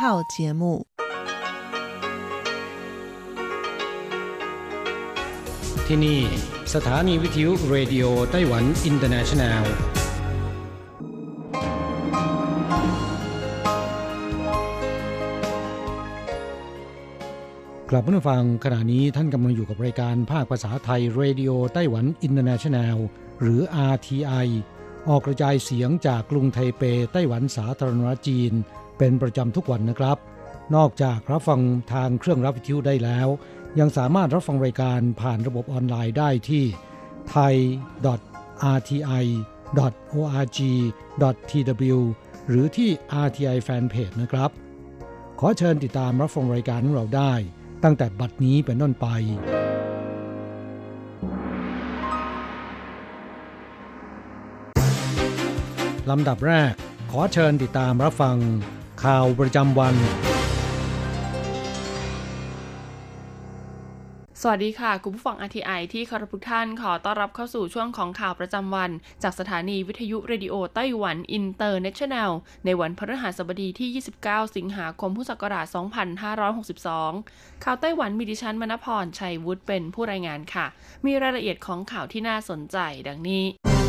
套节目。 ที่นี่สถานีวิทยุเรดิโอไต้หวันอินเตอร์เนชั่นแนลกลับมาฟังขณะนี้ท่านกำลังอยู่กับรายการภาคภาษาไทยเรดิโอไต้หวันอินเตอร์เนชั่นแนลหรือ RTI ออกกระจายเสียงจากกรุงไทเปไต้หวันสาธารณรัฐจีนเป็นประจำทุกวันนะครับนอกจากรับฟังทางเครื่องรับวิทยุได้แล้วยังสามารถรับฟังรายการผ่านระบบออนไลน์ได้ที่ thai.rti.org.tw หรือที่ RTI Fanpage นะครับขอเชิญติดตามรับฟังรายการของเราได้ตั้งแต่บัดนี้เป็นต้นไปลำดับแรกขอเชิญติดตามรับฟังข่าวประจำวันสวัสดีค่ะคุณผู้ฟัง RTI ที่เคารพทุกท่านขอต้อนรับเข้าสู่ช่วงของข่าวประจำวันจากสถานีวิทยุเรดิโอไต้หวันอินเตอร์เนชั่นแนลในวันพฤหัสบดีที่29สิงหาคมพุทธศักราช2562ข่าวไต้หวันมีดิฉันมณพรชัยวุฒิเป็นผู้รายงานค่ะมีรายละเอียดของข่าวที่น่าสนใจดังนี้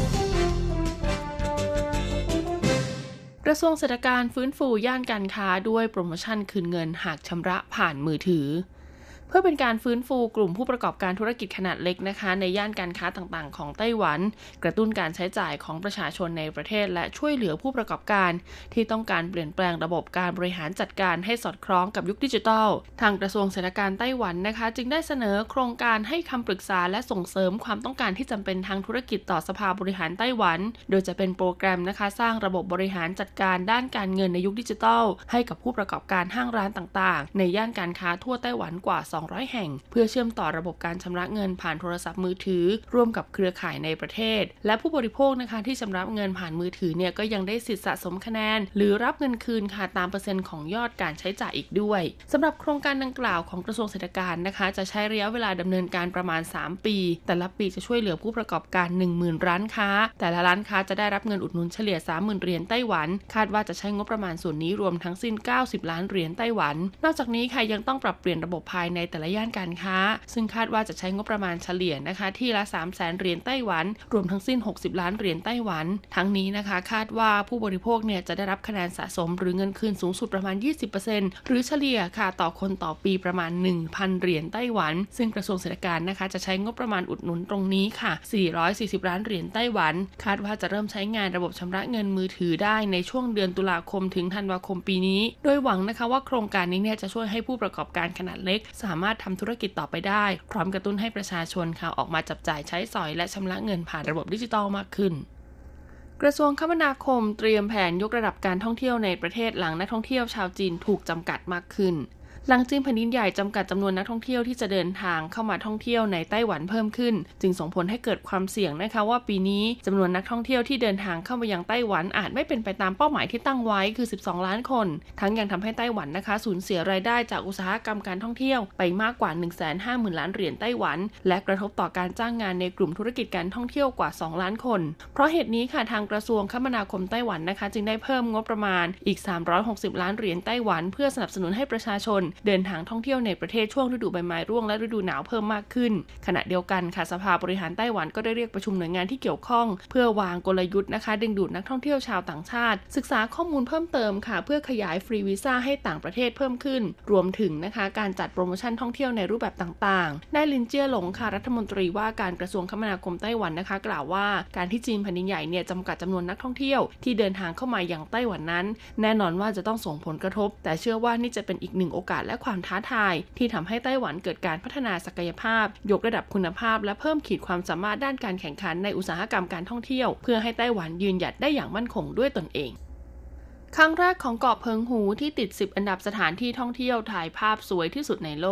กระทรวงเศรษฐกิจฟื้นฟูย่านการค้าด้วยโปรโมชั่นคืนเงินหากชำระผ่านมือถือเพื่อเป็นการฟื้นฟูกลุ่มผู้ประกอบการธุรกิจขนาดเล็กนะคะในย่านการค้าต่างๆของไต้หวันกระตุ้นการใช้จ่ายของประชาชนในประเทศและช่วยเหลือผู้ประกอบการที่ต้องการเปลี่ยนแปลงระบบการบริหารจัดการให้สอดคล้องกับยุคดิจิทัลทางกระทรวงเศรษฐกิจไต้หวันนะคะจึงได้เสนอโครงการให้คำปรึกษาและส่งเสริมความต้องการที่จำเป็นทางธุรกิจต่อสภาบริหารไต้หวันโดยจะเป็นโปรแกรมนะคะสร้างระบบบริหารจัดการด้านการเงินในยุคดิจิทัลให้กับผู้ประกอบการห้างร้านต่างๆในย่านการค้าทั่วไต้หวันกว่า200แห่งเพื่อเชื่อมต่อระบบการชำระเงินผ่านโทรศัพท์มือถือร่วมกับเครือข่ายในประเทศและผู้บริโภคนะคะที่ชำระเงินผ่านมือถือเนี่ยก็ยังได้สิทธิสะสมคะแนนหรือรับเงินคืนค่ะตามเปอร์เซ็นต์ของยอดการใช้จ่ายอีกด้วยสำหรับโครงการดังกล่าวของกระทรวงเศรษฐกิจนะคะจะใช้ระยะเวลาดำเนินการประมาณ3ปีแต่ละปีจะช่วยเหลือผู้ประกอบการ 10,000 ร้านค้าแต่ละร้านค้าจะได้รับเงินอุดหนุนเฉลี่ย 30,000 เหรียญไต้หวันคาดว่าจะใช้งบประมาณส่วนนี้รวมทั้งสิ้น90ล้านเหรียญไต้หวันนอกจากนี้ค่ะยังต้องปรับเปลี่ยนระบบภายในแต่ละย่านการค้าซึ่งคาดว่าจะใช้งบประมาณเฉลี่ยนะคะที่ละ 300,000 เหรียญไต้หวันรวมทั้งสิ้น60ล้านเหรียญไต้หวันทั้งนี้นะคะคาดว่าผู้บริโภคเนี่ยจะได้รับคะแนนสะสมหรือเงินคืนสูงสุดประมาณ 20% หรือเฉลี่ยค่ะต่อคนต่อปีประมาณ 1,000 เหรียญไต้หวันซึ่งกระทรวงเศรษฐกิจนะคะจะใช้งบประมาณอุดหนุนตรงนี้ค่ะ440ล้านเหรียญไต้หวันคาดว่าจะเริ่มใช้งานระบบชำระเงินมือถือได้ในช่วงเดือนตุลาคมถึงธันวาคมปีนี้โดยหวังนะคะว่าโครงการนี้เนี่ยจะช่วยให้ผู้ประกอบการขนาดเล็กสามารถทำธุรกิจต่อไปได้พร้อมกระตุ้นให้ประชาชนค่ะออกมาจับจ่ายใช้สอยและชำระเงินผ่านระบบดิจิทัลมากขึ้นกระทรวงคมนาคมเตรียมแผนยกระดับการท่องเที่ยวในประเทศหลังนักท่องเที่ยวชาวจีนถูกจำกัดมากขึ้นหลังจีนแผ่นดินใหญ่จำกัดจำนวนนักท่องเที่ยวที่จะเดินทางเข้ามาท่องเที่ยวในไต้หวันเพิ่มขึ้นจึงส่งผลให้เกิดความเสี่ยงนะคะว่าปีนี้จำนวนนักท่องเที่ยวที่เดินทางเข้ามายังไต้หวันอาจไม่เป็นไปตามเป้าหมายที่ตั้งไว้คือ12ล้านคนทั้งยังทำให้ไต้หวันนะคะสูญเสียรายได้จากอุตสาหกรรมการท่องเที่ยวไปมากกว่า 150,000 ล้านเหรียญไต้หวันและกระทบต่อการจ้างงานในกลุ่มธุรกิจการท่องเที่ยวกว่า2ล้านคนเพราะเหตุนี้ค่ะทางกระทรวงคมนาคมไต้หวันนะคะจึงได้เพิ่มงบประมาณอีก360ล้านเหรียญไต้หวันเพื่อสนับสนุนให้ประชาชนเดินทางท่องเที่ยวในประเทศช่วงฤดูใบไม้ร่วงและฤดูหนาวเพิ่มมากขึ้นขณะเดียวกันค่ะสภาบริหารไต้หวันก็ได้เรียกประชุมหน่วยงานที่เกี่ยวข้องเพื่อวางกลยุทธ์นะคะดึงดูดนักท่องเที่ยวชาวต่างชาติศึกษาข้อมูลเพิ่มเติมค่ะเพื่อขยายฟรีวีซ่าให้ต่างประเทศเพิ่มขึ้นรวมถึงนะคะการจัดโปรโมชั่นท่องเที่ยวในรูปแบบต่างๆนายลินเจี้ยหลงค่ะรัฐมนตรีว่าการกระทรวงคมนาคมไต้หวันนะคะกล่าวว่าการที่จีนแผ่นดินใหญ่เนี่ยจำกัดจำนวนนักท่องเที่ยวที่เดินทางเข้ามายังไต้หวันนั้นแน่นอนว่าจะต้องส่งผลกระทบแต่เชื่อว่านี่จะเป็นอีกหนึ่งโอกาสและความท้าทายที่ทำให้ไต้หวันเกิดการพัฒนาศักยภาพยกระดับคุณภาพและเพิ่มขีดความสามารถด้านการแข่งขันในอุตสาหกรรมการท่องเที่ยวเพื่อให้ไต้หวันยืนหยัดได้อย่างมั่นคงด้วยตนเองครั้งแรกของเกาะเพิงหูที่ติด10อันดับสถานที่ท่องเที่ยวถ่ายภาพสวยที่สุดในโลก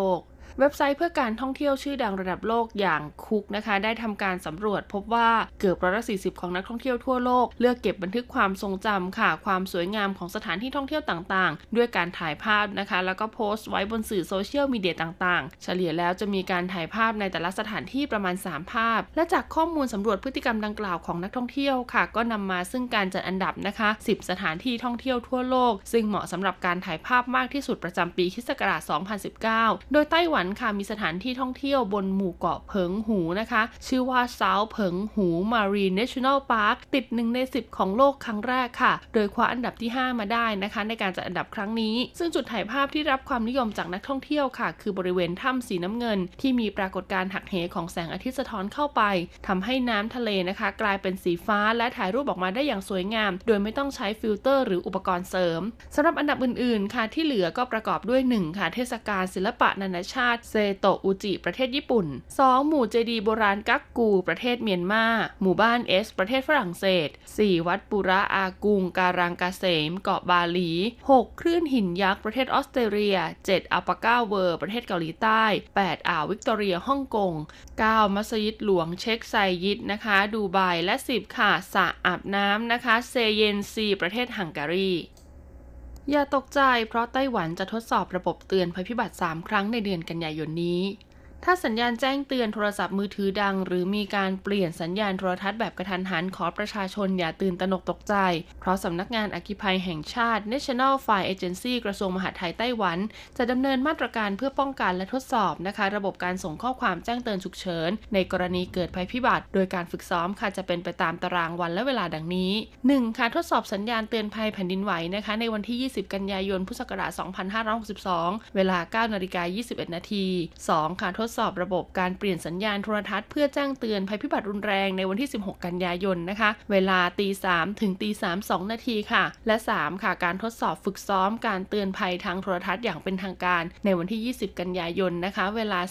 เว็บไซต์เพื่อการท่องเที่ยวชื่อดังระดับโลกอย่างคุกนะคะได้ทำการสำรวจพบว่าเกือบ40%ของนักท่องเที่ยวทั่วโลกเลือกเก็บบันทึกความทรงจำค่ะความสวยงามของสถานที่ท่องเที่ยวต่างๆด้วยการถ่ายภาพนะคะแล้วก็โพสต์ไว้บนสื่อโซเชียลมีเดียต่างๆเฉลี่ยแล้วจะมีการถ่ายภาพในแต่ละสถานที่ประมาณ3ภาพและจากข้อมูลสำรวจพฤติกรรมดังกล่าวของนักท่องเที่ยวค่ะก็นำมาซึ่งการจัดอันดับนะคะ10สถานที่ท่องเที่ยวทั่วโลกซึ่งเหมาะสำหรับการถ่ายภาพมากที่สุดประจำปีค.ศ. 2019โดยไต้หวันค่ะมีสถานที่ท่องเที่ยวบนหมู่เกาะเผิงหูนะคะชื่อว่าเซาเผิงหูมารีนเนชั่นแนลพาร์คติด1ใน10ของโลกครั้งแรกค่ะโดยคว้าอันดับที่5มาได้นะคะในการจัดอันดับครั้งนี้ซึ่งจุดถ่ายภาพที่รับความนิยมจากนักท่องเที่ยวค่ะคือบริเวณถ้ำสีน้ำเงินที่มีปรากฏการณ์หักเหของแสงอาทิตย์สะท้อนเข้าไปทำให้น้ำทะเลนะคะกลายเป็นสีฟ้าและถ่ายรูปออกมาได้อย่างสวยงามโดยไม่ต้องใช้ฟิลเตอร์หรืออุปกรณ์เสริมสำหรับอันดับอื่นๆค่ะที่เหลือก็ประกอบด้วย1ค่ะเทศกาลศิลปะนานาชาติเซโตะอุจิประเทศญี่ปุ่น2หมู่เจดีย์โบราณกักกูประเทศเมียนมาหมู่บ้านเอสประเทศฝรั่งเศส4วัดปุระอากุงการังกาเสมเกาะบาหลี6คลื่นหินยักษ์ประเทศออสเตรเลีย7อัลปาก้าเวิร์ประเทศเกาหลีใต้8อ่าววิกตอเรียฮ่องกง9มัสยิดหลวงเชคไซยิดนะคะดูไบและ10ค่ะสระอาบน้ำนะคะเซเยนซีประเทศฮังการีอย่าตกใจเพราะไต้หวันจะทดสอบระบบเตือนภัยพิบัติ3ครั้งในเดือนกันยายนนี้ถ้าสัญญาณแจ้งเตือนโทรศัพท์มือถือดังหรือมีการเปลี่ยนสัญญาณโทรทัศน์แบบกระทันหันขอประชาชนอย่าตื่นตระหนกตกใจเพราะสำนักงานอัคคีภัยแห่งชาติ National Fire Agency กระทรวงมหาดไทยไต้หวันจะดำเนินมาตรการเพื่อป้องกันและทดสอบนะคะระบบการส่งข้อความแจ้งเตือนฉุกเฉินในกรณีเกิดภัยพิบัติโดยการฝึกซ้อมค่ะจะเป็นไปตามตารางวันและเวลาดังนี้ 1. ค่ะทดสอบสัญญาณเตือนภัยแผ่นดินไหวนะคะในวันที่20กันยายนพุทธศักราช2562เวลา 9:21 น. 2. ค่ะทดสอบระบบการเปลี่ยนสัญญาณโทรทัศน์เพื่อแจ้งเตือนภัยพิบัติรุนแรงในวันที่16กันยายนนะคะเวลา 3:00 ถึง 3:02 น. ค่ะและ 3. ค่ะการทดสอบฝึกซ้อมการเตือนภัยทางโทรทัศน์อย่างเป็นทางการในวันที่20กันยายนนะคะเวลา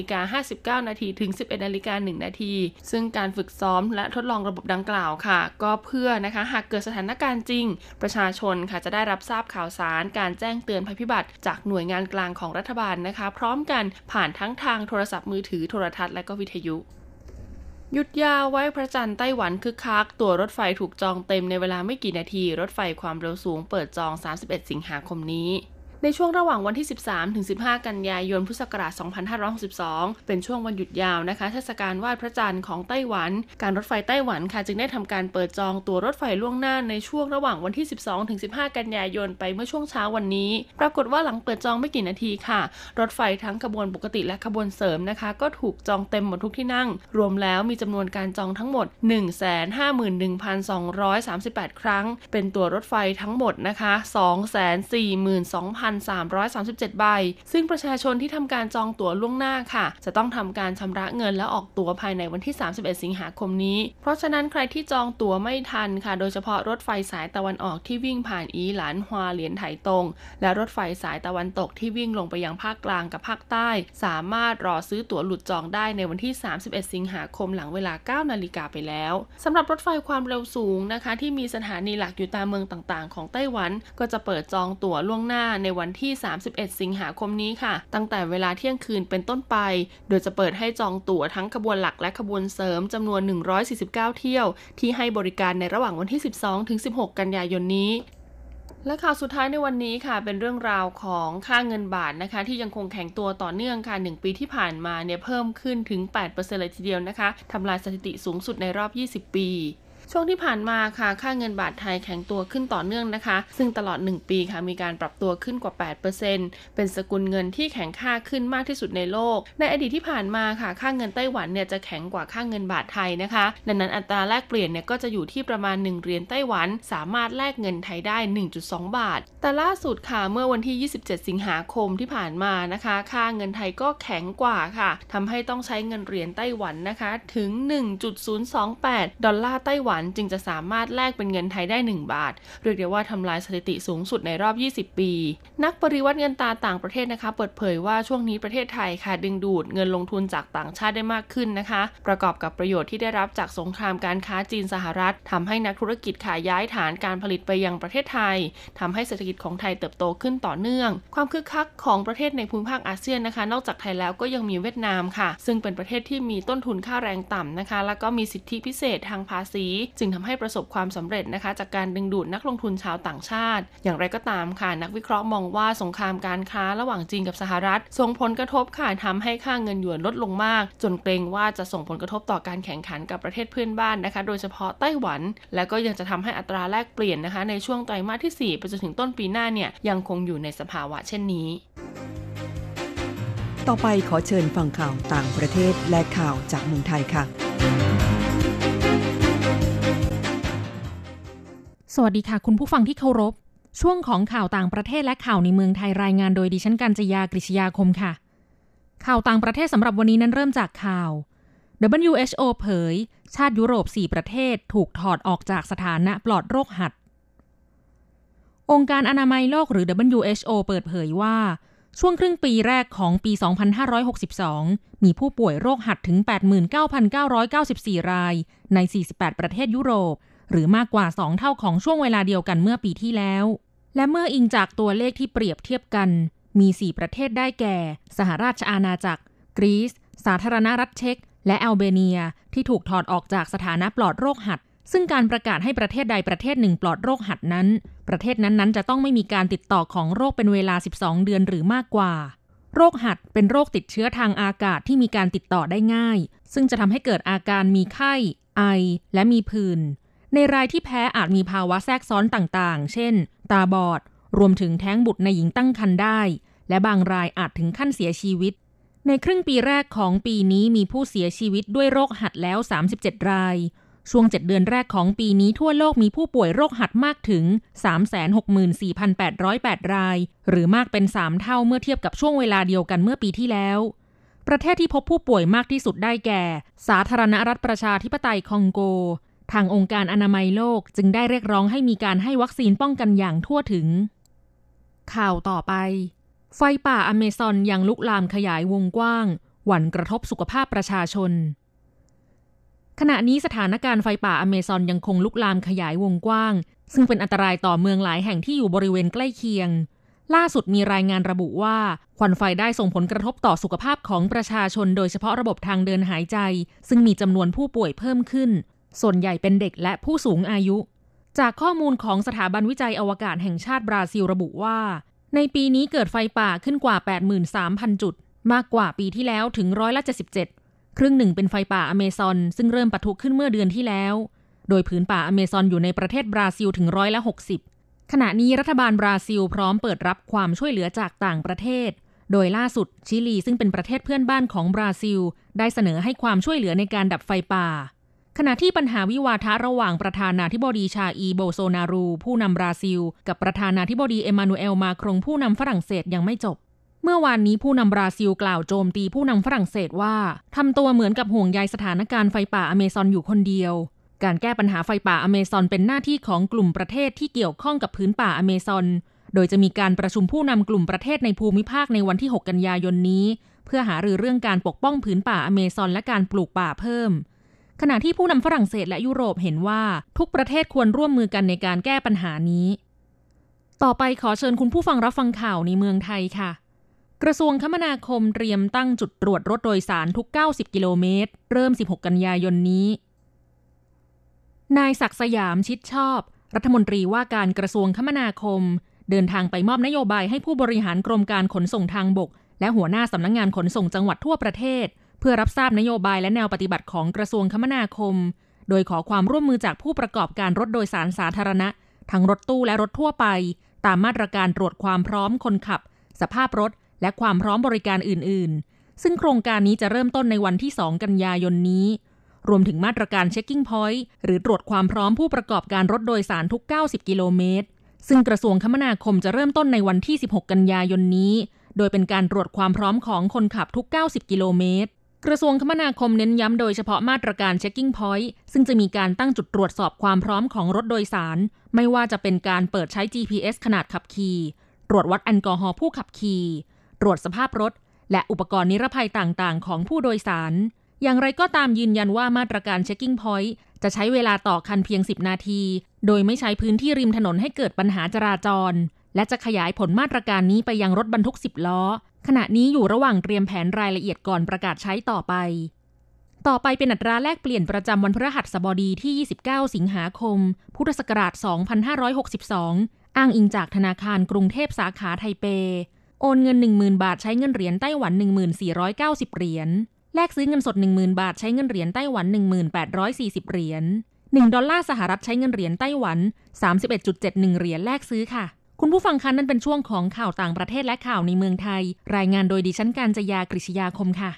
10:59 น. ถึง 11:01 น. ซึ่งการฝึกซ้อมและทดลองระบบดังกล่าวค่ะก็เพื่อนะคะหากเกิดสถานการณ์จริงประชาชนค่ะจะได้รับทราบข่าวสารการแจ้งเตือนภัยพิบัติจากหน่วยงานกลางของรัฐบาลนะคะพร้อมกันผ่านทั้งทางโทรศัพท์มือถือโทรทัศน์และก็วิทยุหยุดยาวไหว้พระจันทร์ไต้หวันคึกคักตั๋วรถไฟถูกจองเต็มในเวลาไม่กี่นาทีรถไฟความเร็วสูงเปิดจอง31สิงหาคมนี้ในช่วงระหว่างวันที่13ถึง15กันยายนพุทธศักราช2562เป็นช่วงวันหยุดยาวนะคะเทศกาลไหว้พระจันทร์ของไต้หวันการรถไฟไต้หวันค่ะจึงได้ทำการเปิดจองตั๋วรถไฟล่วงหน้าในช่วงระหว่างวันที่12ถึง15กันยายนไปเมื่อช่วงเช้าวันนี้ปรากฏว่าหลังเปิดจองไม่กี่นาทีค่ะรถไฟทั้งขบวนปกติและขบวนเสริมนะคะก็ถูกจองเต็มหมดทุกที่นั่งรวมแล้วมีจำนวนการจองทั้งหมด 151,238 ครั้งเป็นตั๋วรถไฟทั้งหมดนะคะ 242,337 ใบซึ่งประชาชนที่ทำการจองตั๋วล่วงหน้าค่ะจะต้องทำการชำระเงินและออกตั๋วภายในวันที่31สิงหาคมนี้เพราะฉะนั้นใครที่จองตั๋วไม่ทันค่ะโดยเฉพาะรถไฟสายตะวันออกที่วิ่งผ่านอีหลานฮวาเหลียนไถตงและรถไฟสายตะวันตกที่วิ่งลงไปยังภาคกลางกับภาคใต้สามารถรอซื้อตั๋วหลุดจองได้ในวันที่31สิงหาคมหลังเวลา 9 นาฬิกาไปแล้วสำหรับรถไฟความเร็วสูงนะคะที่มีสถานีหลักอยู่ตามเมืองต่างๆของไต้หวันก็จะเปิดจองตั๋วล่วงหน้าในวันที่31สิงหาคมนี้ค่ะตั้งแต่เวลาเที่ยงคืนเป็นต้นไปโดยจะเปิดให้จองตั๋วทั้งขบวนหลักและขบวนเสริมจำนวน149เที่ยวที่ให้บริการในระหว่างวันที่12ถึง16กันยายนนี้และข่าวสุดท้ายในวันนี้ค่ะเป็นเรื่องราวของค่าเงินบาทนะคะที่ยังคงแข็งตัวต่อเนื่องค่ะ1ปีที่ผ่านมาเนี่ยเพิ่มขึ้นถึง 8% เลยทีเดียวนะคะทำลายสถิติสูงสุดในรอบ20ปีช่วงที่ผ่านมาค่ะค่าเงินบาทไทยแข็งตัวขึ้นต่อเนื่องนะคะซึ่งตลอด1ปีค่ะมีการปรับตัวขึ้นกว่า 8% เป็นสกุลเงินที่แข็งค่าขึ้นมากที่สุดในโลกในอดีตที่ผ่านมาค่ะค่าเงินไต้หวันเนี่ยจะแข็งกว่าค่าเงินบาทไทยนะคะดังนั้นอัตราแลกเปลี่ยนเนี่ยก็จะอยู่ที่ประมาณ1เหรียญไต้หวันสามารถแลกเงินไทยได้ 1.2 บาทแต่ล่าสุดค่ะเมื่อวันที่27สิงหาคมที่ผ่านมานะคะค่าเงินไทยก็แข็งกว่าค่ะทำให้ต้องใช้เงินเหรียญไต้หวันนะคะถึง 1.028 ดอลลาร์ไต้หวันวันจึงจะสามารถแลกเป็นเงินไทยได้1บาทเรียกได้ว่าทำลายสถิติสูงสุดในรอบ20ปีนักปริวัติเงินตราต่างประเทศนะคะเปิดเผยว่าช่วงนี้ประเทศไทยค่ะดึงดูดเงินลงทุนจากต่างชาติได้มากขึ้นนะคะประกอบกับประโยชน์ที่ได้รับจากสงครามการค้าจีนสหรัฐทำให้นักธุรกิจค่ะย้ายฐานการผลิตไปยังประเทศไทยทำให้เศรษฐกิจของไทยเติบโตขึ้นต่อเนื่องความคึกคักของประเทศในภูมิภาคอาเซียนนะคะนอกจากไทยแล้วก็ยังมีเวียดนามค่ะซึ่งเป็นประเทศที่มีต้นทุนค่าแรงต่ำนะคะแล้วก็มีสิทธิพิเศษทางภาษีจึงทำให้ประสบความสำเร็จนะคะจากการดึงดูดนักลงทุนชาวต่างชาติอย่างไรก็ตามค่ะนักวิเคราะห์มองว่าสงครามการค้าระหว่างจีนกับสหรัฐส่งผลกระทบค่ะทำให้ค่าเงินหยวนลดลงมากจนเกรงว่าจะส่งผลกระทบต่อการแข่งขันกับประเทศเพื่อนบ้านนะคะโดยเฉพาะไต้หวันและก็ยังจะทำให้อัตราแลกเปลี่ยนนะคะในช่วงไตรมาสที่4ไปจนถึงต้นปีหน้าเนี่ยยังคงอยู่ในสภาวะเช่นนี้ต่อไปขอเชิญฟังข่าวต่างประเทศและข่าวจากเมืองไทยค่ะสวัสดีค่ะคุณผู้ฟังที่เคารพช่วงของข่าวต่างประเทศและข่าวในเมืองไทยรายงานโดยดิฉันกัญจยากฤษยาคมค่ะข่าวต่างประเทศสำหรับวันนี้นั้นเริ่มจากข่าว WHO เผยชาติยุโรป4ประเทศถูกถอดออกจากสถานะปลอดโรคหัดองค์การอนามัยโลกหรือ WHO เปิดเผยว่าช่วงครึ่งปีแรกของปี 2562 มีผู้ป่วยโรคหัดถึง 89,994 รายใน 48 ประเทศยุโรปหรือมากกว่า2เท่าของช่วงเวลาเดียวกันเมื่อปีที่แล้วและเมื่ออิงจากตัวเลขที่เปรียบเทียบกันมี4ประเทศได้แก่สหราชอาณาจักรกรีซสาธารณรัฐเช็กและอัลเบเนียที่ถูกถอดออกจากสถานะปลอดโรคหัดซึ่งการประกาศให้ประเทศใดประเทศหนึ่งปลอดโรคหัดนั้นประเทศนั้นๆจะต้องไม่มีการติดต่อของโรคเป็นเวลา12เดือนหรือมากกว่าโรคหัดเป็นโรคติดเชื้อทางอากาศที่มีการติดต่อได้ง่ายซึ่งจะทำให้เกิดอาการมีไข้ไอและมีผื่นในรายที่แพ้อาจมีภาวะแทรกซ้อนต่างๆเช่นตาบอดรวมถึงแท้งบุตรในหญิงตั้งครรภ์ได้และบางรายอาจถึงขั้นเสียชีวิตในครึ่งปีแรกของปีนี้มีผู้เสียชีวิตด้วยโรคหัดแล้ว37รายช่วง7เดือนแรกของปีนี้ทั่วโลกมีผู้ป่วยโรคหัดมากถึง 364,808 รายหรือมากเป็น3เท่าเมื่อเทียบกับช่วงเวลาเดียวกันเมื่อปีที่แล้วประเทศที่พบผู้ป่วยมากที่สุดได้แก่สาธารณรัฐประชาธิปไตยคองโกทางองค์การอนามัยโลกจึงได้เรียกร้องให้มีการให้วัคซีนป้องกันอย่างทั่วถึงข่าวต่อไปไฟป่าอเมซอนยังลุกลามขยายวงกว้างหวั่นกระทบสุขภาพประชาชนขณะนี้สถานการณ์ไฟป่าอเมซอนยังคงลุกลามขยายวงกว้างซึ่งเป็นอันตรายต่อเมืองหลายแห่งที่อยู่บริเวณใกล้เคียงล่าสุดมีรายงานระบุว่าควันไฟได้ส่งผลกระทบต่อสุขภาพของประชาชนโดยเฉพาะระบบทางเดินหายใจซึ่งมีจำนวนผู้ป่วยเพิ่มขึ้นส่วนใหญ่เป็นเด็กและผู้สูงอายุจากข้อมูลของสถาบันวิจัยอวกาศแห่งชาติบราซิลระบุว่าในปีนี้เกิดไฟป่าขึ้นกว่า 83,000 จุดมากกว่าปีที่แล้วถึง77%ครึ่งหนึ่งเป็นไฟป่าอเมซอนซึ่งเริ่มปะทุขึ้นเมื่อเดือนที่แล้วโดยผืนป่าอเมซอนอยู่ในประเทศบราซิลถึง60%ขณะนี้รัฐบาลบราซิลพร้อมเปิดรับความช่วยเหลือจากต่างประเทศโดยล่าสุดชิลีซึ่งเป็นประเทศเพื่อนบ้านของบราซิลได้เสนอให้ความช่วยเหลือในการดับไฟป่าขณะที่ปัญหาวิวาทะระหว่างประธานาธิบดีชาอีโบโซนารูผู้นำบราซิลกับประธานาธิบดีเอมานูเอลมาครงผู้นำฝรั่งเศสยังไม่จบเมื่อวานนี้ผู้นำบราซิลกล่าวโจมตีผู้นำฝรั่งเศสว่าทำตัวเหมือนกับห่วงใยสถานการณ์ไฟป่าอเมซอนอยู่คนเดียวการแก้ปัญหาไฟป่าอเมซอนเป็นหน้าที่ของกลุ่มประเทศที่เกี่ยวข้องกับพื้นป่าอเมซอนโดยจะมีการประชุมผู้นำกลุ่มประเทศในภูมิภาคในวันที่6 กันยายนนี้เพื่อหารือเรื่องการปกป้องพื้นป่าอเมซอนและการปลูกป่าเพิ่มขณะที่ผู้นำฝรั่งเศสและยุโรปเห็นว่าทุกประเทศควรร่วมมือกันในการแก้ปัญหานี้ต่อไปขอเชิญคุณผู้ฟังรับฟังข่าวในเมืองไทยค่ะกระทรวงคมนาคมเตรียมตั้งจุดตรวจรถโดยสารทุก90กิโลเมตรเริ่ม16กันยายนนี้นายศักดิ์สยามชิดชอบรัฐมนตรีว่าการกระทรวงคมนาคมเดินทางไปมอบนโยบายให้ผู้บริหารกรมการขนส่งทางบกและหัวหน้าสำนักงานขนส่งจังหวัดทั่วประเทศเพื่อรับทราบนโยบายและแนวปฏิบัติของกระทรวงคมนาคมโดยขอความร่วมมือจากผู้ประกอบการรถโดยสารสาธารณะทั้งรถตู้และรถทั่วไปตามมาตรการตรวจความพร้อมคนขับสภาพรถและความพร้อมบริการอื่นๆซึ่งโครงการนี้จะเริ่มต้นในวันที่2 กันยายนนี้รวมถึงมาตรการ Checking Point หรือตรวจความพร้อมผู้ประกอบการรถโดยสารทุก90กิโลเมตรซึ่งกระทรวงคมนาคมจะเริ่มต้นในวันที่16 กันยายนนี้โดยเป็นการตรวจความพร้อมของคนขับทุก90กิโลเมตรกระทรวงคมนาคมเน้นย้ำโดยเฉพาะมาตรการ Checking Point ซึ่งจะมีการตั้งจุดตรวจสอบความพร้อมของรถโดยสารไม่ว่าจะเป็นการเปิดใช้ GPS ขณะขับขี่ตรวจวัดแอลกอฮอล์ผู้ขับขี่ตรวจสภาพรถและอุปกรณ์นิรภัยต่างๆของผู้โดยสารอย่างไรก็ตามยืนยันว่ามาตรการ Checking Point จะใช้เวลาต่อคันเพียง10นาทีโดยไม่ใช้พื้นที่ริมถนนให้เกิดปัญหาจราจรและจะขยายผลมาตรการนี้ไปยังรถบรรทุก10ล้อขณะนี้อยู่ระหว่างเตรียมแผนรายละเอียดก่อนประกาศใช้ต่อไปเป็นอัตราแลกเปลี่ยนประจำวันพฤหัสบดีที่29สิงหาคมพุทธศักราช2562อ้างอิงจากธนาคารกรุงเทพสาขาไทเปโอนเงิน 10,000 บาทใช้เงินเหรียญไต้หวัน 1490 เหรียญแลกซื้อเงินสด 10,000 บาทใช้เงินเหรียญไต้หวัน 1840 เหรียญ1ดอลลาร์สหรัฐใช้เงินเหรียญไต้หวัน 31.71 เหรียญแลกซื้อค่ะคุณผู้ฟังคะนั่นเป็นช่วงของข่าวต่างประเทศและข่าวในเมืองไทยรายงานโดยดิฉันกาญจยากฤษยาคมค่ะ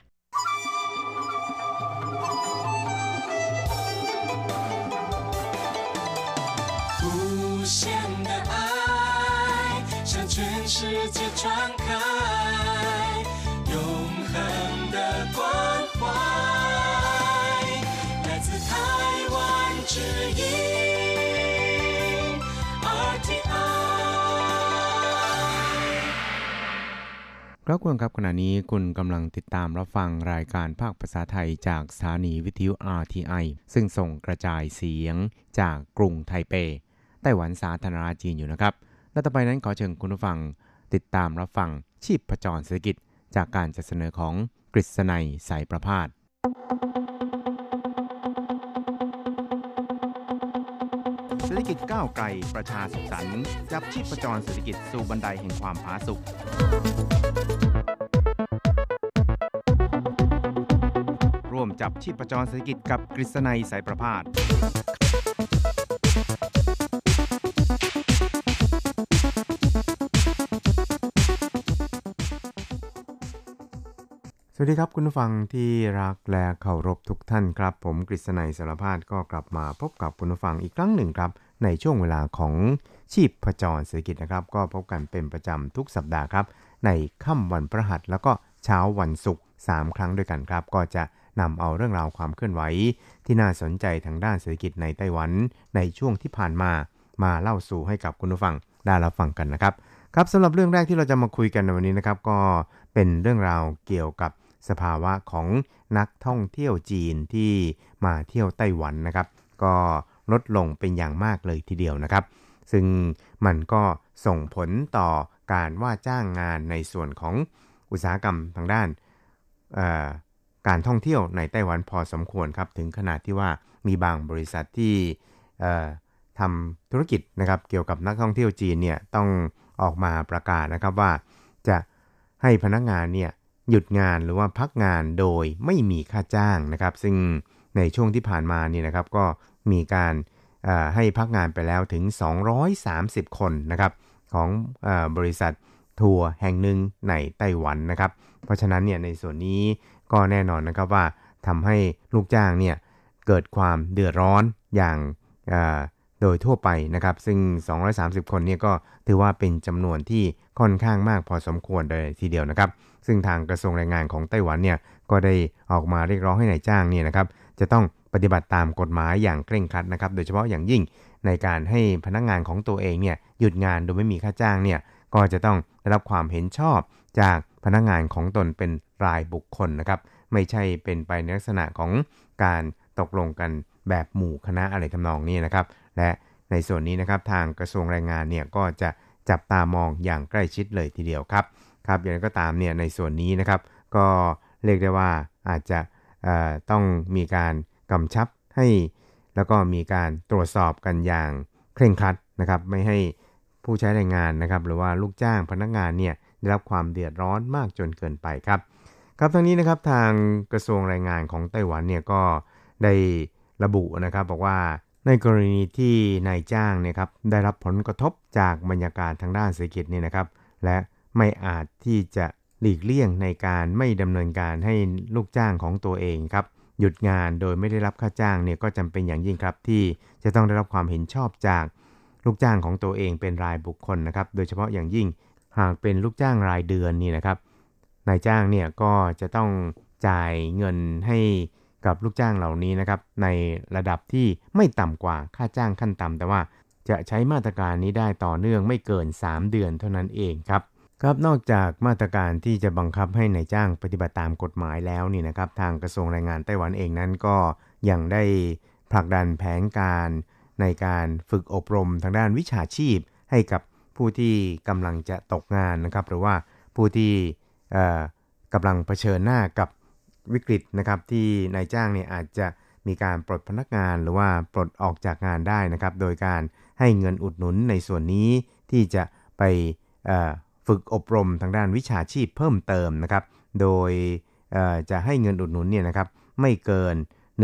ครับคุณครับขณะนี้คุณกำลังติดตามรับฟังรายการภาคภาษาไทยจากสถานีวิทยุ RTI ซึ่งส่งกระจายเสียงจากกรุงไทเปไต้หวันสาธารณรัฐจีนอยู่นะครับและต่อไปนั้นขอเชิญคุณผู้ฟังติดตามรับฟังชีพจรเศรษฐกิจจากการจัดเสนอของกฤษณัยสายประภาสเศรษฐกิจก้าวไกลประชาสุขสันต์จับชีพจรเศรษฐกิจสู่บันไดแห่งความผาสุกร่วมจับชีพจรเศรษฐกิจกับกฤษณัยสายประภาสสวัสดีครับคุณผู้ฟังที่รักและเคารพทุกท่านครับผมกฤษณัยสารพาสก็กลับมาพบกับคุณผู้ฟังอีกครั้งหนึ่งครับในช่วงเวลาของชีพจรเศรษฐกิจนะครับก็พบกันเป็นประจำทุกสัปดาห์ครับในค่ำวันพฤหัสแล้วก็เช้าวันศุกร์3ครั้งด้วยกันครับก็จะนำเอาเรื่องราวความเคลื่อนไหวที่น่าสนใจทางด้านเศรษฐกิจในไต้หวันในช่วงที่ผ่านมาเล่าสู่ให้กับคุณผู้ฟังได้รับฟังกันนะครับครับสำหรับเรื่องแรกที่เราจะมาคุยกันในวันนี้นะครับก็เป็นเรื่องราวเกี่ยวกับสภาวะของนักท่องเที่ยวจีนที่มาเที่ยวไต้หวันนะครับก็ลดลงเป็นอย่างมากเลยทีเดียวนะครับซึ่งมันก็ส่งผลต่อการว่าจ้างงานในส่วนของอุตสาหกรรมทางด้านการท่องเที่ยวในไต้หวันพอสมควรครับถึงขนาดที่ว่ามีบางบริษัทที่ทำธุรกิจนะครับเกี่ยวกับนักท่องเที่ยวจีนเนี่ยต้องออกมาประกาศนะครับว่าจะให้พนักงานเนี่ยหยุดงานหรือว่าพักงานโดยไม่มีค่าจ้างนะครับซึ่งในช่วงที่ผ่านมานี่นะครับก็มีการให้พักงานไปแล้วถึง230คนนะครับของบริษัททัวร์แห่งหนึ่งในไต้หวันนะครับเพราะฉะนั้นเนี่ยในส่วนนี้ก็แน่นอนนะครับว่าทำให้ลูกจ้างเนี่ยเกิดความเดือดร้อนอย่างโดยทั่วไปนะครับซึ่ง230คนเนี่ยก็ถือว่าเป็นจำนวนที่ค่อนข้างมากพอสมควรเลยทีเดียวนะครับซึ่งทางกระทรวงแรงงานของไต้หวันเนี่ยก็ได้ออกมาเรียกร้องให้นายจ้างเนี่ยนะครับจะต้องปฏิบัติตามกฎหมายอย่างเคร่งครัดนะครับโดยเฉพาะอย่างยิ่งในการให้พนักงานของตัวเองเนี่ยหยุดงานโดยไม่มีค่าจ้างเนี่ยก็จะต้องได้รับความเห็นชอบจากพนักงานของตนเป็นรายบุคคลนะครับไม่ใช่เป็นไปในลักษณะของการตกลงกันแบบหมู่คณะอะไรทำนองนี้นะครับและในส่วนนี้นะครับทางกระทรวงแรงงานเนี่ยก็จะจับตามองอย่างใกล้ชิดเลยทีเดียวครับอย่างไรก็ตามเนี่ยในส่วนนี้นะครับก็เรียกได้ว่าอาจจะต้องมีการกำชับให้แล้วก็มีการตรวจสอบกันอย่างเคร่งครัดนะครับไม่ให้ผู้ใช้แรงงานนะครับหรือว่าลูกจ้างพนักงานเนี่ยได้รับความเดือดร้อนมากจนเกินไปครับทั้งนี้นะครับทางกระทรวงแรงงานของไต้หวันเนี่ยก็ได้ระบุนะครับบอกว่าในกรณีที่นายจ้างเนี่ยครับได้รับผลกระทบจากบรรยากาศทางด้านเศรษฐกิจนี่นะครับและไม่อาจที่จะหลีกเลี่ยงในการไม่ดำเนินการให้ลูกจ้างของตัวเองครับหยุดงานโดยไม่ได้รับค่าจ้างเนี่ยก็จำเป็นอย่างยิ่งครับที่จะต้องได้รับความเห็นชอบจากลูกจ้างของตัวเองเป็นรายบุคคลนะครับโดยเฉพาะอย่างยิ่งหากเป็นลูกจ้างรายเดือนนี่นะครับนายจ้างเนี่ยก็จะต้องจ่ายเงินให้กับลูกจ้างเหล่านี้นะครับในระดับที่ไม่ต่ำกว่าค่าจ้างขั้นต่ำแต่ว่าจะใช้มาตรการนี้ได้ต่อเนื่องไม่เกิน3 เดือนเท่านั้นเองครับนอกจากมาตรการที่จะบังคับให้นายจ้างปฏิบัติตามกฎหมายแล้วนี่นะครับทางกระทรวงแรงงานไต้หวันเองนั้นก็ยังได้ผลักดันแผนการในการฝึกอบรมทางด้านวิชาชีพให้กับผู้ที่กำลังจะตกงานนะครับหรือว่าผู้ที่กำลังเผชิญหน้ากับวิกฤตนะครับที่นายจ้างเนี่ยอาจจะมีการปลดพนักงานหรือว่าปลดออกจากงานได้นะครับโดยการให้เงินอุดหนุนในส่วนนี้ที่จะไปฝึกอบรมทางด้านวิชาชีพเพิ่มเติมนะครับโดยจะให้เงินอุดหนุนเนี่ยนะครับไม่เกิน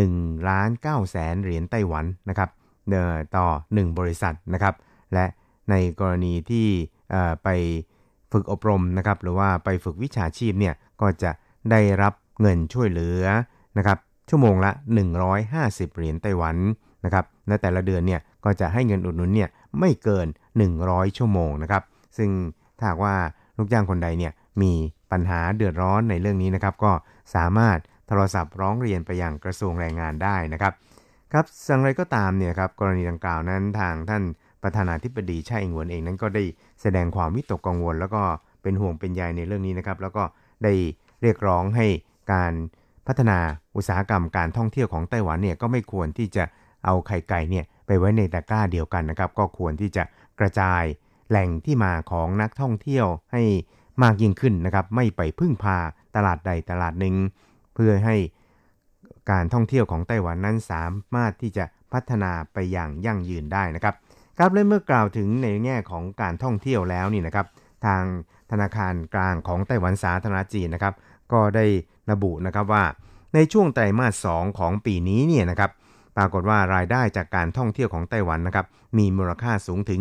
1,900,000 เหรียญไต้หวันนะครับต่อ1บริษัทนะครับและในกรณีที่ไปฝึกอบรมนะครับหรือว่าไปฝึกวิชาชีพเนี่ยก็จะได้รับเงินช่วยเหลือนะครับชั่วโมงละ150เหรียญไต้หวันนะครับและแต่ละเดือนเนี่ยก็จะให้เงินอุดหนุนเนี่ยไม่เกิน100ชั่วโมงนะครับซึ่งถ้าว่าลูกจ้างคนใดเนี่ยมีปัญหาเดือดร้อนในเรื่องนี้นะครับก็สามารถโทรศัพท์ร้องเรียนไปยังกระทรวงแรงงานได้นะครับครับอย่างไรก็ตามเนี่ยครับกรณีดังกล่าวนั้นทางท่านประธานาธิบดีไช่อิงเหวินเองนั้นก็ได้แสดงความวิตกกังวลแล้วก็เป็นห่วงเป็นใยในเรื่องนี้นะครับแล้วก็ได้เรียกร้องให้การพัฒนาอุตสาหกรรมการท่องเที่ยวของไต้หวันเนี่ยก็ไม่ควรที่จะเอาไข่ไก่เนี่ยไปไว้ในตะกร้าเดียวกันนะครับก็ควรที่จะกระจายแหล่งที่มาของนักท่องเที่ยวให้มากยิ่งขึ้นนะครับไม่ไปพึ่งพาตลาดใดตลาดหนึ่งเพื่อให้การท่องเที่ยวของไต้หวันนั้นสามารถที่จะพัฒนาไปอย่างยั่งยืนได้นะครับครับและเมื่อกล่าวถึงในแง่ของการท่องเที่ยวแล้วนี่นะครับทางธนาคารกลางของไต้หวันสาธารณจีนนะครับก็ได้ระบุนะครับว่าในช่วงไตรมาส2ของปีนี้เนี่ยนะครับปรากฏว่ารายได้จากการท่องเที่ยวของไต้หวันนะครับมีมูลค่าสูงถึง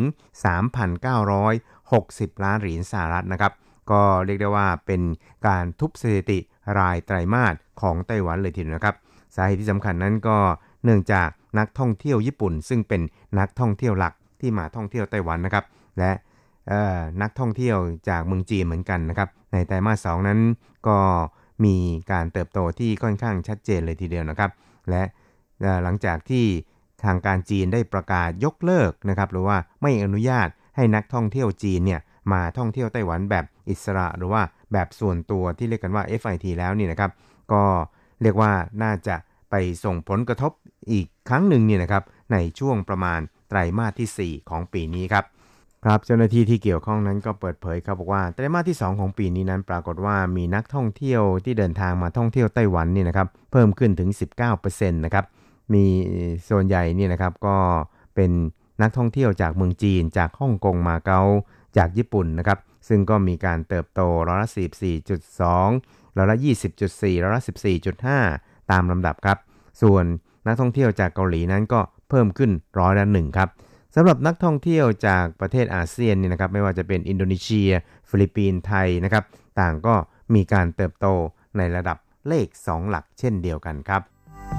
3,960 ล้านเหรียญสหรัฐนะครับก็เรียกได้ว่าเป็นการทุบสถิติรายไตรมาสของไต้หวันเลยทีเดียวนะครับสาเหตุที่สำคัญนั้นก็เนื่องจากนักท่องเที่ยวญี่ปุ่นซึ่งเป็นนักท่องเที่ยวหลักที่มาท่องเที่ยวไต้หวันนะครับและนักท่องเที่ยวจากเมืองจีนเหมือนกันนะครับในไตรมาส2นั้นก็มีการเติบโตที่ค่อนข้างชัดเจนเลยทีเดียวนะครับและหลังจากที่ทางการจีนได้ประกาศยกเลิกนะครับหรือว่าไม่อนุญาตให้นักท่องเที่ยวจีนเนี่ยมาท่องเที่ยวไต้หวันแบบอิสระหรือว่าแบบส่วนตัวที่เรียกกันว่า FIT แล้วนี่นะครับก็เรียกว่าน่าจะไปส่งผลกระทบอีกครั้งหนึ่งเนี่ยนะครับในช่วงประมาณไตรมาสที่4ของปีนี้ครับเจ้าหน้าที่ที่เกี่ยวข้องนั้นก็เปิดเผยครับบอกว่าไตรมาสที่2ของปีนี้นั้นปรากฏว่ามีนักท่องเที่ยวที่เดินทางมาท่องเที่ยวไต้หวันนี่นะครับเพิ่มขึ้นถึง 19% นะครับมีส่วนใหญ่นี่นะครับก็เป็นนักท่องเที่ยวจากเมืองจีนจากฮ่องกงมาเก๊าจากญี่ปุ่นนะครับซึ่งก็มีการเติบโตร้อยละ 44.2 ร้อยละ 20.4 ร้อยละ 14.5 ตามลำดับครับส่วนนักท่องเที่ยวจากเกาหลีนั้นก็เพิ่มขึ้นร้อยละ 1 ครับสำหรับนักท่องเที่ยวจากประเทศอาเซียนนี่นะครับไม่ว่าจะเป็นอินโดนีเซียฟิลิปปินส์ไทยนะครับต่างก็มีการเติบโตในระดับเลข2หลักเช่นเดียวกันครับ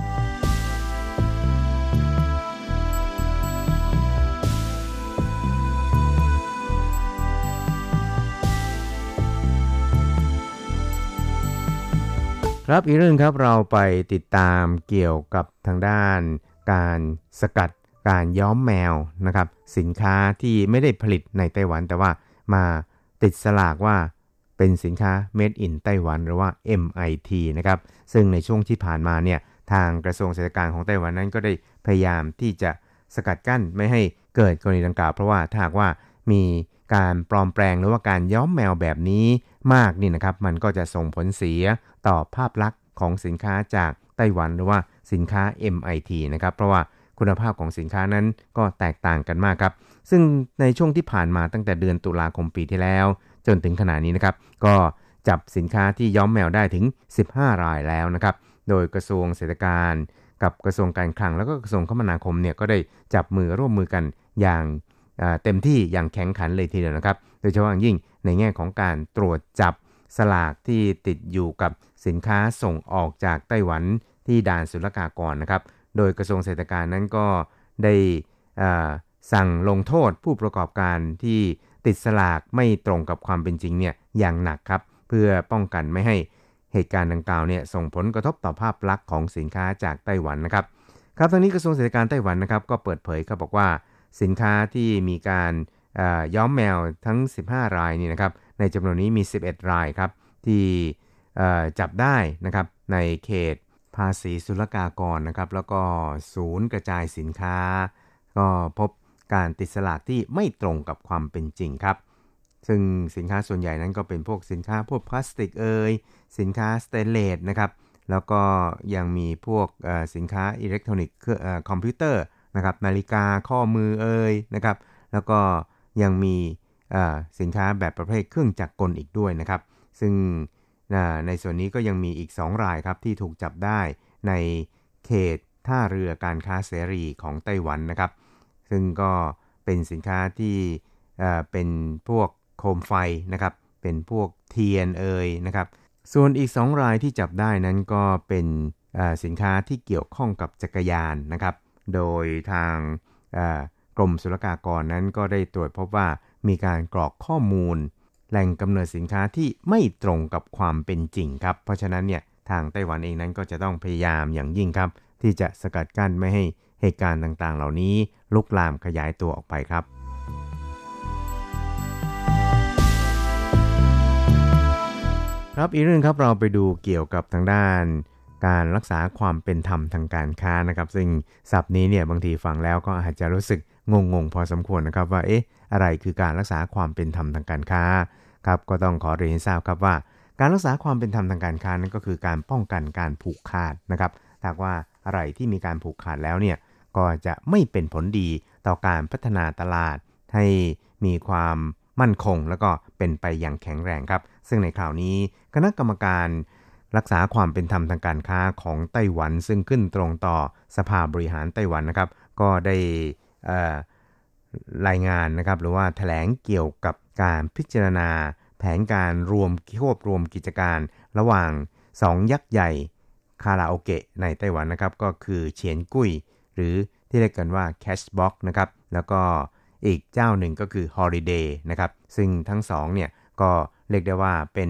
ครับอีกเรื่องครับเราไปติดตามเกี่ยวกับทางด้านการสกัดการย้อมแมวนะครับสินค้าที่ไม่ได้ผลิตในไต้หวันแต่ว่ามาติดสลากว่าเป็นสินค้า Made in ไต้หวันหรือว่า MIT นะครับซึ่งในช่วงที่ผ่านมาเนี่ยทางกระทรวงเศรษฐกิจของไต้หวันนั้นก็ได้พยายามที่จะสกัดกั้นไม่ให้เกิดกรณีดังกล่าวเพราะว่าถ้าหากว่ามีการปลอมแปลงหรือว่าการย้อมแมวแบบนี้มากนี่นะครับมันก็จะส่งผลเสียต่อภาพลักษณ์ของสินค้าจากไต้หวันหรือว่าสินค้า MIT นะครับเพราะว่าคุณภาพของสินค้านั้นก็แตกต่างกันมากครับซึ่งในช่วงที่ผ่านมาตั้งแต่เดือนตุลาคมปีที่แล้วจนถึงขณะนี้นะครับก็จับสินค้าที่ย้อมแมวได้ถึง15รายแล้วนะครับโดยกระทรวงเศรษฐกิจกับกระทรวงการคลังแล้วก็กระทรวงคมนาคมเนี่ยก็ได้จับมือร่วมมือกันอย่างเต็มที่อย่างแข็งขันเลยทีเดียวนะครับโดยเฉพาะอย่างยิ่งในแง่ของการตรวจจับสลากที่ติดอยู่กับสินค้าส่งออกจากไต้หวันที่ด่านศุลกากรนะครับโดยกระทรวงเศรษฐกิจนั้นก็ได้สั่งลงโทษผู้ประกอบการที่ติดสลากไม่ตรงกับความเป็นจริงเนี่ยอย่างหนักครับเพื่อป้องกันไม่ให้เหเหตุการณ์ดังกล่าวเนี่ยส่งผลกระทบต่อภาพลักษณ์ของสินค้าจากไต้หวันนะครับครับทั้งนี้กระทรวงเศรษฐกิจไต้หวันนะครับก็เปิดเผยครับบอกว่าสินค้าที่มีการย้อมแมวทั้ง15รายนี่นะครับในจำนวนนี้มี11รายครับที่จับได้นะครับในเขตภาษีศุลกากรนะครับแล้วก็ศูนย์กระจายสินค้าก็พบการติดสลากที่ไม่ตรงกับความเป็นจริงครับซึ่งสินค้าส่วนใหญ่นั้นก็เป็นพวกสินค้าพวกพลาสติกสินค้าสเตนเลสนะครับแล้วก็ยังมีพวกสินค้าอิเล็กทรอนิกส์คอมพิวเตอร์นะครับนาฬิกาข้อมือนะครับแล้วก็ยังมีสินค้าแบบประเภทเครื่องจักรกลอีกด้วยนะครับซึ่งในส่วนนี้ก็ยังมีอีก2รายครับที่ถูกจับได้ในเขตท่าเรือการค้าเสรีของไต้หวันนะครับซึ่งก็เป็นสินค้าที่เป็นพวกโคมไฟนะครับเป็นพวกเทียนนะครับส่วนอีก2รายที่จับได้นั้นก็เป็นสินค้าที่เกี่ยวข้องกับจักรยานนะครับโดยทางกรมศุลกากรนั้นก็ได้ตรวจพบว่ามีการกรอกข้อมูลแหล่งกำเนิดสินค้าที่ไม่ตรงกับความเป็นจริงครับเพราะฉะนั้นเนี่ยทางไต้หวันเองนั้นก็จะต้องพยายามอย่างยิ่งครับที่จะสกัดกั้นไม่ให้เหตุการณ์ต่างๆเหล่านี้ลุกลามขยายตัวออกไปครับครับอีกเรื่องครับเราไปดูเกี่ยวกับทางด้านการรักษาความเป็นธรรมทางการค้านะครับซึ่งศัพท์นี้เนี่ยบางทีฟังแล้วก็อาจจะรู้สึกงงๆพอสมควรนะครับว่าอะไรคือการรักษาความเป็นธรรมทางการค้าครับก็ต้องขอเรียนให้ทราบครับว่าการรักษาความเป็นธรรมทางการค้านั้นก็คือการป้องกันการผูกขาดนะครับถ้าว่าอะไรที่มีการผูกขาดแล้วเนี่ยก็จะไม่เป็นผลดีต่อการพัฒนาตลาดให้มีความมั่นคงแล้วก็เป็นไปอย่างแข็งแรงครับซึ่งในคราวนี้คณะกรรมการรักษาความเป็นธรรมทางการค้าของไต้หวันซึ่งขึ้นตรงต่อสภาบริหารไต้หวันนะครับก็ได้รายงานนะครับหรือว่าแถลงเกี่ยวกับการพิจารณาแผนการควบรวมกิจการระหว่าง2ยักษ์ใหญ่คาราโอเกะในไต้หวันนะครับก็คือเฉียนกุ้ยหรือที่เรียกกันว่า Cashbox นะครับแล้วก็อีกเจ้าหนึ่งก็คือ Holiday นะครับซึ่งทั้งสองเนี่ยก็เรียกได้ว่าเป็น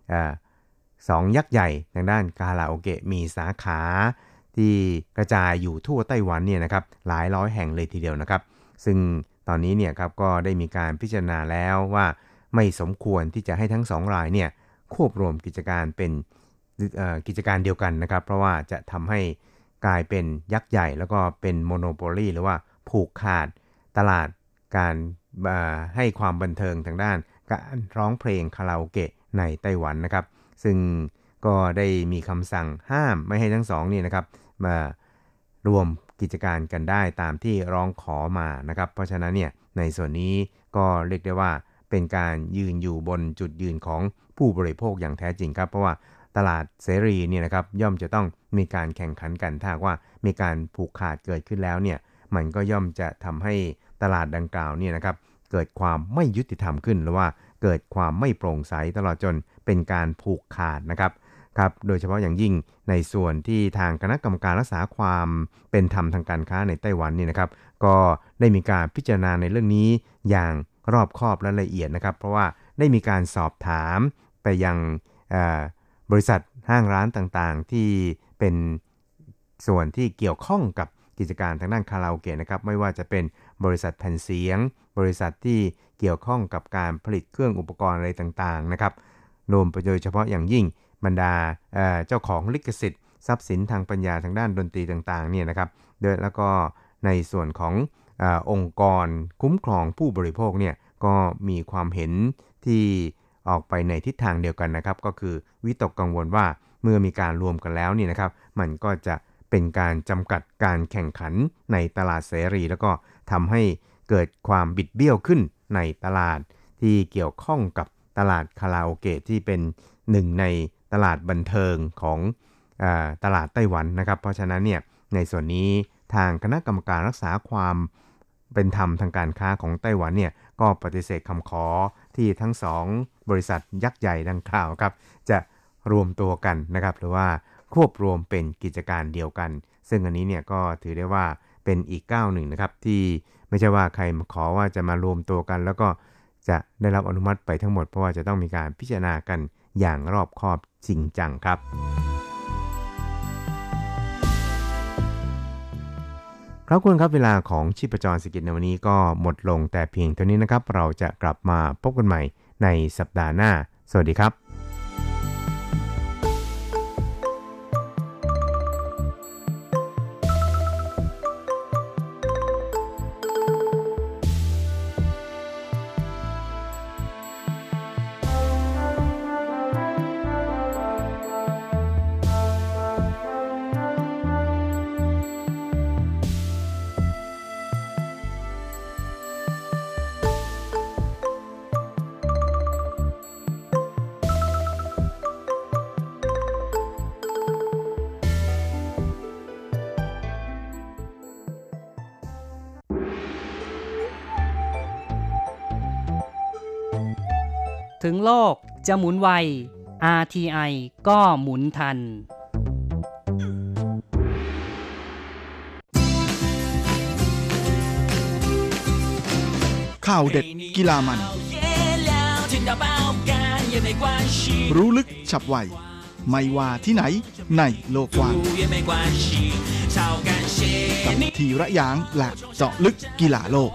2ยักษ์ใหญ่ทางด้านคาราโอเกะมีสาขาที่กระจายอยู่ทั่วไต้หวันเนี่ยนะครับหลายร้อยแห่งเลยทีเดียวนะครับซึ่งตอนนี้เนี่ยครับก็ได้มีการพิจารณาแล้วว่าไม่สมควรที่จะให้ทั้ง2รายเนี่ยควบรวมกิจการเป็นกิจการเดียวกันนะครับเพราะว่าจะทำให้กลายเป็นยักษ์ใหญ่แล้วก็เป็นโมโนโปลีหรือว่าผูกขาดตลาดการให้ความบันเทิงทางด้านการร้องเพลงคาราโอเกะในไต้หวันนะครับซึ่งก็ได้มีคำสั่งห้ามไม่ให้ทั้งสองนี่นะครับมารวมกิจการกันได้ตามที่ร้องขอมานะครับเพราะฉะนั้นเนี่ยในส่วนนี้ก็เรียกได้ว่าเป็นการยืนอยู่บนจุดยืนของผู้บริโภคอย่างแท้จริงครับเพราะว่าตลาดเสรีเนี่ยนะครับย่อมจะต้องมีการแข่งขันกันถ้าว่ามีการผูกขาดเกิดขึ้นแล้วเนี่ยมันก็ย่อมจะทำให้ตลาดดังกล่าวเนี่ยนะครับเกิดความไม่ยุติธรรมขึ้นหรือว่าเกิดความไม่โปร่งใสตลอดจนเป็นการผูกขาดนะครับโดยเฉพาะอย่างยิ่งในส่วนที่ทางคณะกรรมการรักษาความเป็นธรรมทางการค้าในไต้หวันนี่นะครับก็ได้มีการพิจารณาในเรื่องนี้อย่างรอบคอบและละเอียดนะครับเพราะว่าได้มีการสอบถามไปยังบริษัทห้างร้านต่างๆที่เป็นส่วนที่เกี่ยวข้องกับกิจการทางด้านคาราโอเกะนะครับไม่ว่าจะเป็นบริษัทแผ่นเสียงบริษัทที่เกี่ยวข้องกับการผลิตเครื่องอุปกรณ์อะไรต่างๆนะครับรวมไปโดยเฉพาะอย่างยิ่งบรรดาเจ้าของลิขสิทธิ์ทรัพย์สินทางปัญญาทางด้านดนตรีต่างๆเนี่ยนะครับแล้วก็ในส่วนขององค์กรคุ้มครองผู้บริโภคเนี่ยก็มีความเห็นที่ออกไปในทิศทางเดียวกันนะครับก็คือวิตกกังวลว่าเมื่อมีการรวมกันแล้วนี่นะครับมันก็จะเป็นการจำกัดการแข่งขันในตลาดเสรีแล้วก็ทำให้เกิดความบิดเบี้ยวขึ้นในตลาดที่เกี่ยวข้องกับตลาดคาราโอเกะที่เป็นหนึ่งในตลาดบันเทิงของตลาดไต้หวันนะครับเพราะฉะนั้นเนี่ยในส่วนนี้ทางคณะกรรมการรักษาความเป็นธรรมทางการค้าของไต้หวันเนี่ยก็ปฏิเสธคำขอที่ทั้งสองบริษัทยักษ์ใหญ่ดังกล่าวครับจะรวมตัวกันนะครับหรือว่าควบรวมเป็นกิจการเดียวกันซึ่งอันนี้เนี่ยก็ถือได้ว่าเป็นอีกก้าวหนึ่งนะครับที่ไม่ใช่ว่าใครขอว่าจะมารวมตัวกันแล้วก็จะได้รับอนุมัติไปทั้งหมดเพราะว่าจะต้องมีการพิจารณากันอย่างรอบคอบจริงจังครับครับคุณครับเวลาของชีพจรเศรษฐกิจในวันนี้ก็หมดลงแต่เพียงเท่านี้นะครับเราจะกลับมาพบกันใหม่ในสัปดาห์หน้าสวัสดีครับถึงโลกจะหมุนไว RTI ก็หมุนทันข่าวเด็ดกีฬามันรู้ลึกฉับไวไม่ว่าที่ไหนในโลกกว้างกับทีระยางและเจาะลึกกีฬาโลก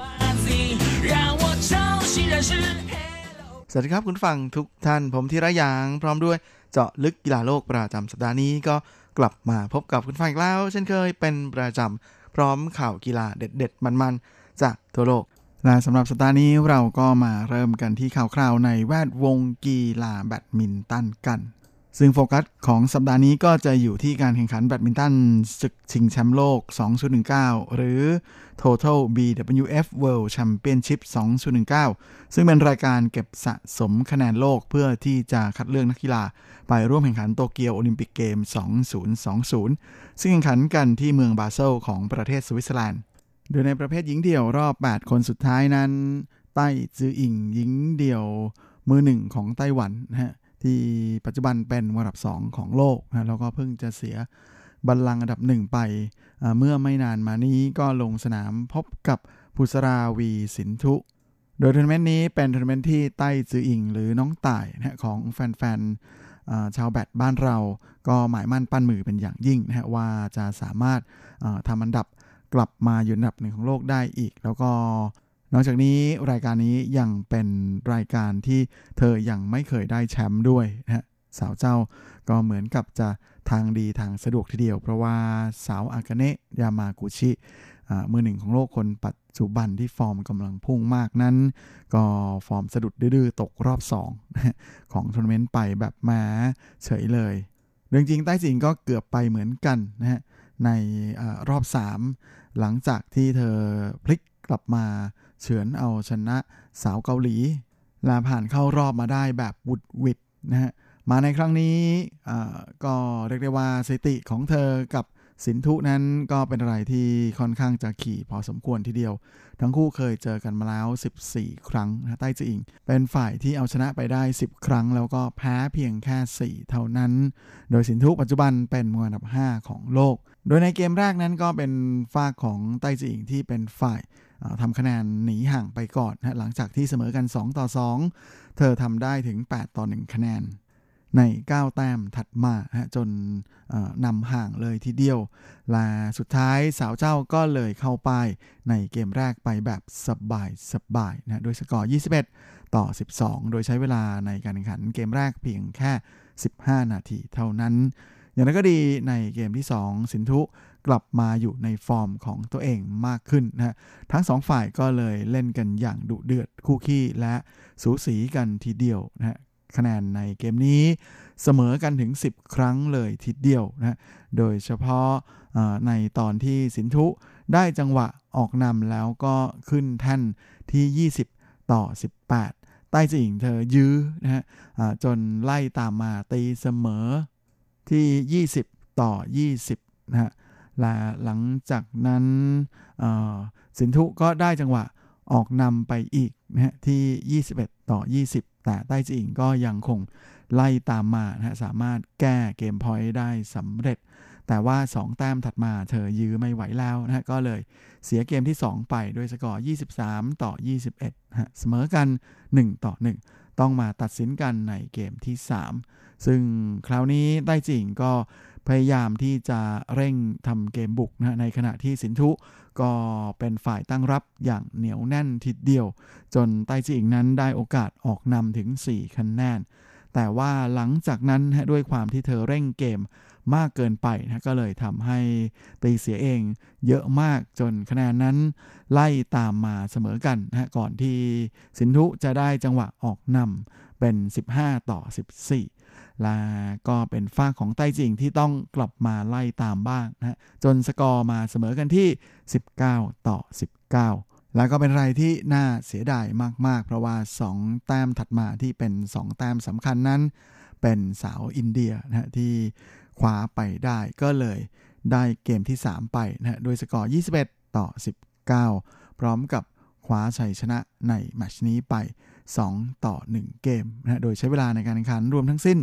สวัสดีครับคุณฟังทุกท่านผมธีระยางพร้อมด้วยเจาะลึกกีฬาโลกประจำสัปดาห์นี้ก็กลับมาพบกับคุณฟังอีกแล้วเช่นเคยเป็นประจำพร้อมข่าวกีฬาเด็ดๆมันๆจากทั่วโลกและสำหรับสัปดาห์นี้เราก็มาเริ่มกันที่ข่าวคราวในแวดวงกีฬาแบดมินตันกันซึ่งโฟกัสของสัปดาห์นี้ก็จะอยู่ที่การแข่งขันแบดมินตันศึกชิงแชมป์โลก 2019 หรือ Total BWF World Championship 2019 ซึ่งเป็นรายการเก็บสะสมคะแนนโลกเพื่อที่จะคัดเลือกนักกีฬาไปร่วมแข่งขันโตเกียวโอลิมปิกเกม 2020 ซึ่งแข่งขันกันที่เมืองบาเซลของประเทศสวิตเซอร์แลนด์โดยในประเภทหญิงเดี่ยวรอบ 8 คนสุดท้ายนั้นไต้จืออิงหญิงเดี่ยวมือหนึ่งของไต้หวันนะฮะที่ปัจจุบันเป็นอันดับ2ของโลกนะแล้วก็เพิ่งจะเสียบัลลังก์อันดับ1ไปเมื่อไม่นานมานี้ก็ลงสนามพบกับภูสราวีสินธุโดยทัวร์นาเมนต์นี้เป็นทัวร์นาเมนต์ที่ไต้จืออิงหรือน้องต่ายนะของแฟนๆชาวแบดบ้านเราก็หมายมั่นปั้นมือเป็นอย่างยิ่งนะฮะว่าจะสามารถทำอันดับกลับมาอยู่อันดับ1ของโลกได้อีกแล้วก็นอกจากนี้รายการนี้ยังเป็นรายการที่เธอยังไม่เคยได้แชมป์ด้วยนะฮะสาวเจ้าก็เหมือนกับจะทางดีทางสะดวกทีเดียวเพราะว่าสาวอากาเนะยามากุชิมือหนึ่งของโลกคนปัจจุบันที่ฟอร์มกำลังพุ่งมากนั้นก็ฟอร์มสะดุดดื้อๆตกรอบ2ของทัวร์นาเมนต์ไปแบบแม้เฉยเลยเรื่องจริงใต้จิงก็เกือบไปเหมือนกันนะฮะในรอบ3หลังจากที่เธอพลิกกลับมาเฉือนเอาชนะสาวเกาหลีลาผ่านเข้ารอบมาได้แบบวุดวิดนะฮะมาในครั้งนี้ก็เรียกได้ว่าสถิติของเธอกับสินธุนั้นก็เป็นอะไรที่ค่อนข้างจะขี่พอสมควรทีเดียวทั้งคู่เคยเจอกันมาแล้ว14ครั้งนะไต้จืออิงเป็นฝ่ายที่เอาชนะไปได้10ครั้งแล้วก็แพ้เพียงแค่4เท่านั้นโดยสินธุปัจจุบันเป็นมืออันดับ5ของโลกโดยในเกมแรกนั้นก็เป็นฝ่ายของไต้จืออิงที่เป็นฝ่ายทำคะแนนหนีห่างไปก่อนนะหลังจากที่เสมอกัน2-2เธอทำได้ถึง8-1คะแนนใน9แต้มถัดมาจนนำห่างเลยทีเดียวและสุดท้ายสาวเจ้าก็เลยเข้าป้ายในเกมแรกไปแบบสบายๆนะโดยสกอร์21-12โดยใช้เวลาในการแข่งขันเกมแรกเพียงแค่15นาทีเท่านั้นอย่างนั้นก็ดีในเกมที่2สินธุกลับมาอยู่ในฟอร์มของตัวเองมากขึ้นนะทั้ง2ฝ่ายก็เลยเล่นกันอย่างดุเดือดคู่ขี้และสูสีกันทีเดียวนะคะแนนในเกมนี้เสมอกันถึง10ครั้งเลยทีเดียวนะโดยเฉพาะในตอนที่สินธุได้จังหวะออกนำแล้วก็ขึ้นแท่นที่20-18ไต้จืออิงเธอยื้อนะฮะจนไล่ตามมาตีเสมอที่20-20นะฮะและหลังจากนั้นสินธุก็ได้จังหวะออกนำไปอีกนะฮะที่21-20แต่ไต้จืออิงก็ยังคงไล่ตามมานะฮะสามารถแก้เกมพอยต์ได้สำเร็จแต่ว่า2แต้มถัดมาเธอยื้อไม่ไหวแล้วนะฮะก็เลยเสียเกมที่2ไปด้วยสกอร์23-21นะฮะเสมอกัน1-1 ต้องมาตัดสินกันในเกมที่3ซึ่งคราวนี้ไต้จิ๋งก็พยายามที่จะเร่งทำเกมบุกนะในขณะที่สินธุก็เป็นฝ่ายตั้งรับอย่างเหนียวแน่นทีเดียวจนไต้จิ๋งนั้นได้โอกาสออกนำถึง4คะแนนแต่ว่าหลังจากนั้นด้วยความที่เธอเร่งเกมมากเกินไปนะก็เลยทำให้ตีเสียเองเยอะมากจนคะแนนนั้นไล่ตามมาเสมอกันนะก่อนที่สินธุจะได้จังหวะออกนำเป็น15-14และก็เป็นฝ่ายของไต้จิ๋งที่ต้องกลับมาไล่ตามบ้างนะจนสกอร์มาเสมอกันที่19-19แล้วก็เป็นอะไรที่น่าเสียดายมากๆเพราะว่า2แต้มถัดมาที่เป็น2แต้มสำคัญนั้นเป็นสาวอินเดียนะที่คว้าไปได้ก็เลยได้เกมที่3ไปนะโดยสกอร์21-19พร้อมกับคว้าชัยชนะในแมตช์นี้ไป2-1เกมนะโดยใช้เวลาในการแข่งขันรวมทั้งสิ้น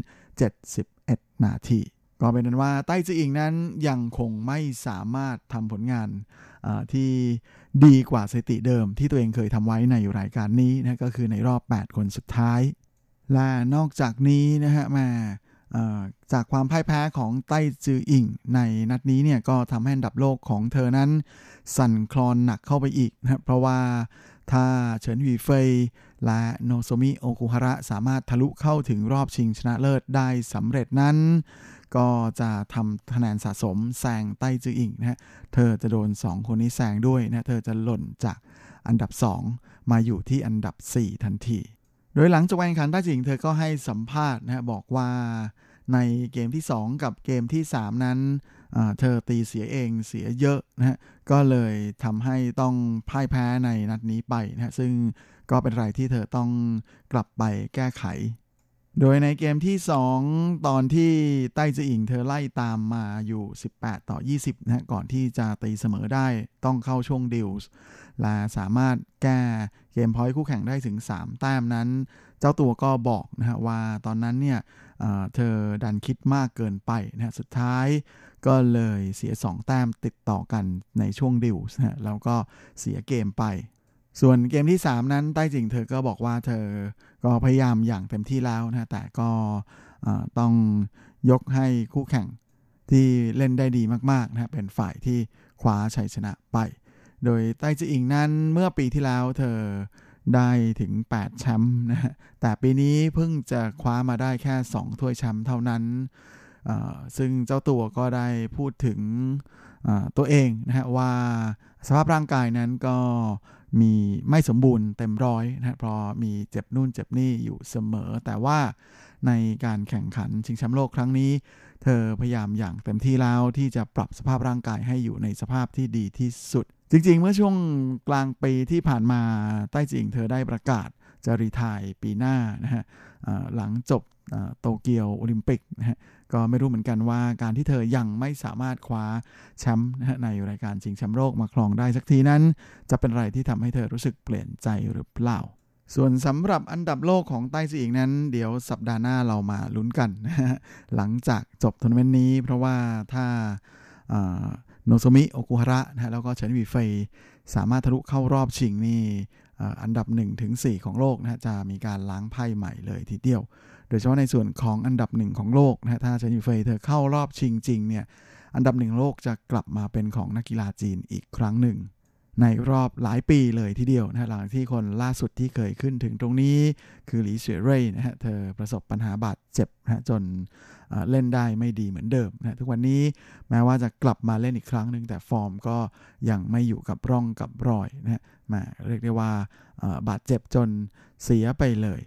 71นาทีก็เป็นนั้นว่าไต้จืออิงนั้นยังคงไม่สามารถทำผลงานที่ดีกว่าสถิติเดิมที่ตัวเองเคยทำไว้ในรายการนี้นะก็คือในรอบ8คนสุดท้ายและนอกจากนี้นะฮะมาจากความพ่ายแพ้ของไต้จืออิงในนัดนี้เนี่ยก็ทำให้อันดับโลกของเธอนั้นสั่นคลอนหนักเข้าไปอีกนะเพราะว่าถ้าเฉินหวีเฟยและโนโซมิโอคุฮาระสามารถทะลุเข้าถึงรอบชิงชนะเลิศได้สำเร็จนั้นก็จะทำคะแนนสะสมแซงไต้จืออิงนะฮะเธอจะโดน2คนนี้แซงด้วยนะเธอจะหล่นจากอันดับ2มาอยู่ที่อันดับ4ทันทีโดยหลังจากการแข่งขันไต้จืออิงเธอก็ให้สัมภาษณ์นะบอกว่าในเกมที่2กับเกมที่3นั้นเธอตีเสียเองเสียเยอะนะฮะก็เลยทำให้ต้องพ่ายแพ้ในนัดนี้ไปนะฮะซึ่งก็เป็นอะไรที่เธอต้องกลับไปแก้ไขโดยในเกมที่2ตอนที่ไต้จืออิงเธอไล่ตามมาอยู่18-20นะฮะก่อนที่จะตีเสมอได้ต้องเข้าช่วงดิวส์และสามารถแก้เกมพอยต์คู่แข่งได้ถึง3แต้มนั้นเจ้าตัวก็บอกนะฮะว่าตอนนั้นเนี่ยเธอดันคิดมากเกินไปนะฮะสุดท้ายก็เลยเสีย2แต้มติดต่อกันในช่วงดิวส์นะฮะแล้วก็เสียเกมไปส่วนเกมที่3นั้นไต้จิ๋งเธอก็บอกว่าเธอก็พยายามอย่างเต็มที่แล้วนะแต่ก็ต้องยกให้คู่แข่งที่เล่นได้ดีมากๆนะเป็นฝ่ายที่คว้าชัยชนะไปโดยไต้จืออิงนั้นเมื่อปีที่แล้วเธอได้ถึง8แชมป์นะฮะแต่ปีนี้เพิ่งจะคว้ามาได้แค่2ถ้วยแชมป์เท่านั้นซึ่งเจ้าตัวก็ได้พูดถึงตัวเองนะฮะว่าสภาพร่างกายนั้นก็มีไม่สมบูรณ์เต็มร้อยนะเพราะมีเจ็บนู่นเจ็บนี่อยู่เสมอแต่ว่าในการแข่งขันชิงแชมป์โลกครั้งนี้เธอพยายามอย่างเต็มที่แล้วที่จะปรับสภาพร่างกายให้อยู่ในสภาพที่ดีที่สุดจริงๆเมื่อช่วงกลางปีที่ผ่านมาไต้จืออิงเธอได้ประกาศจะรีไทร์ปีหน้านะฮะหลังจบโตเกียวโอลิมปิกนะฮะก็ไม่รู้เหมือนกันว่าการที่เธอยังไม่สามารถคว้าแชมป์ในรายการชิงแชมป์โลกมาครองได้สักทีนั้นจะเป็นอะไรที่ทำให้เธอรู้สึกเปลี่ยนใจหรือเปล่าส่วนสำหรับอันดับโลกของไต้จืออิงนั้นเดี๋ยวสัปดาห์หน้าเรามาลุ้นกันหลังจากจบทัวร์นาเมนต์นี้เพราะว่าถ้าโนโซมิโอคุฮาระนะแล้วก็เฉินหวีเฟยสามารถทะลุเข้ารอบชิงนี่อันดับ 1-4 ของโลกนะจะมีการล้างไพ่ใหม่เลยทีเดียวโดยเฉพาะในส่วนของอันดับ1ของโลกนะถ้าเฉินหวีเฟยเธอเข้ารอบชิงจริงเนี่ยอันดับ1โลกจะกลับมาเป็นของนักกีฬาจีนอีกครั้งหนึ่งในรอบหลายปีเลยทีเดียวนะหลังที่คนล่าสุดที่เคยขึ้นถึงตรงนี้คือหลี่เสี่ยเร่ยนะฮะเธอประสบปัญหาบาดเจ็บนะจนเล่นได้ไม่ดีเหมือนเดิมนะทุกวันนี้แม้ว่าจะกลับมาเล่นอีกครั้งหนึ่งแต่ฟอร์มก็ยังไม่อยู่กับร่องกับรอยนะฮะมาเรียกได้ว่าบาดเจ็บจนเสียไปเลย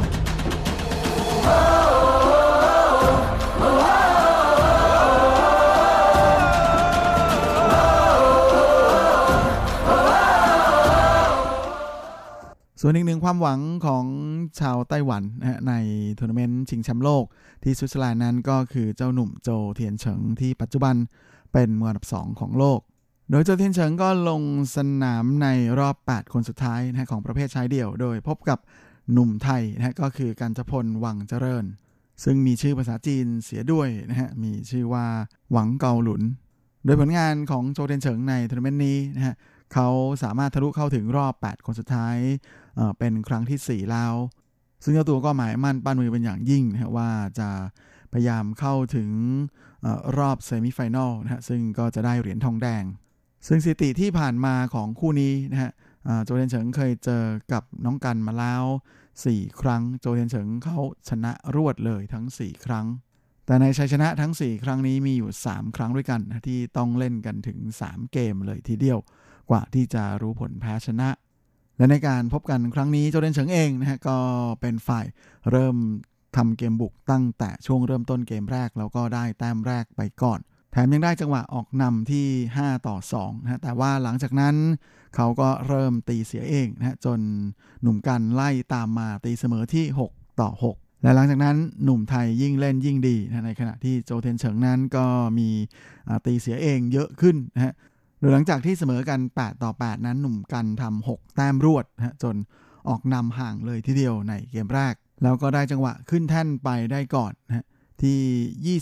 ส่วนอีกหนึ่งความหวังของชาวไต้หวันนะในทัวร์นาเมนต์ชิงแชมป์โลกที่สวิตเซอร์แลนด์นั้นก็คือเจ้าหนุ่มโจเทียนเฉิงที่ปัจจุบันเป็นมืออันดับ2ของโลกโดยโจเทียนเฉิงก็ลงสนามในรอบ8คนสุดท้ายนะของประเภทชายเดี่ยวโดยพบกับหนุ่มไทยนะก็คือกันจพลวังเจริญซึ่งมีชื่อภาษาจีนเสียด้วยนะฮะมีชื่อว่าหวังเกาหลุนโดยผลงานของโจเทียนเฉิงในทัวร์นาเมนต์นี้นะฮะเขาสามารถทะลุเข้าถึงรอบ8คนสุดท้ายเป็นครั้งที่4แล้วซึ่งเจ้าตัวก็หมายมั่นปั้นมือเป็นอย่างยิ่งนะฮะว่าจะพยายามเข้าถึงรอบเซมิไฟแนลนะฮะซึ่งก็จะได้เหรียญทองแดงซึ่งสถิติที่ผ่านมาของคู่นี้นะฮะโจเทียนเฉิงเคยเจอกับน้องกันมาแล้ว4ครั้งโจเทียนเฉิงเขาชนะรวดเลยทั้ง4ครั้งแต่ในชัยชนะทั้ง4ครั้งนี้มีอยู่3ครั้งด้วยกันนะที่ต้องเล่นกันถึง3เกมเลยทีเดียวกว่าที่จะรู้ผลแพ้ชนะและในการพบกันครั้งนี้โจเทียนเฉิงเองนะฮะก็เป็นฝ่ายเริ่มทำเกมบุกตั้งแต่ช่วงเริ่มต้นเกมแรกแล้วก็ได้แต้มแรกไปก่อนแถมยังได้จังหวะออกนำที่5-2นะแต่ว่าหลังจากนั้นเขาก็เริ่มตีเสียเองนะจนหนุ่มกันไล่ตามมาตีเสมอที่6-6และหลังจากนั้นหนุ่มไทยยิ่งเล่นยิ่งดีนะในขณะที่โจเทียนเฉิงนั้นก็มีตีเสียเองเยอะขึ้นนะฮะโดยหลังจากที่เสมอกัน8-8นั้นหนุ่มกันทำ6แต้มรวดนะจนออกนำห่างเลยทีเดียวในเกมแรกแล้วก็ได้จังหวะขึ้นแท่นไปได้ก่อนนะที่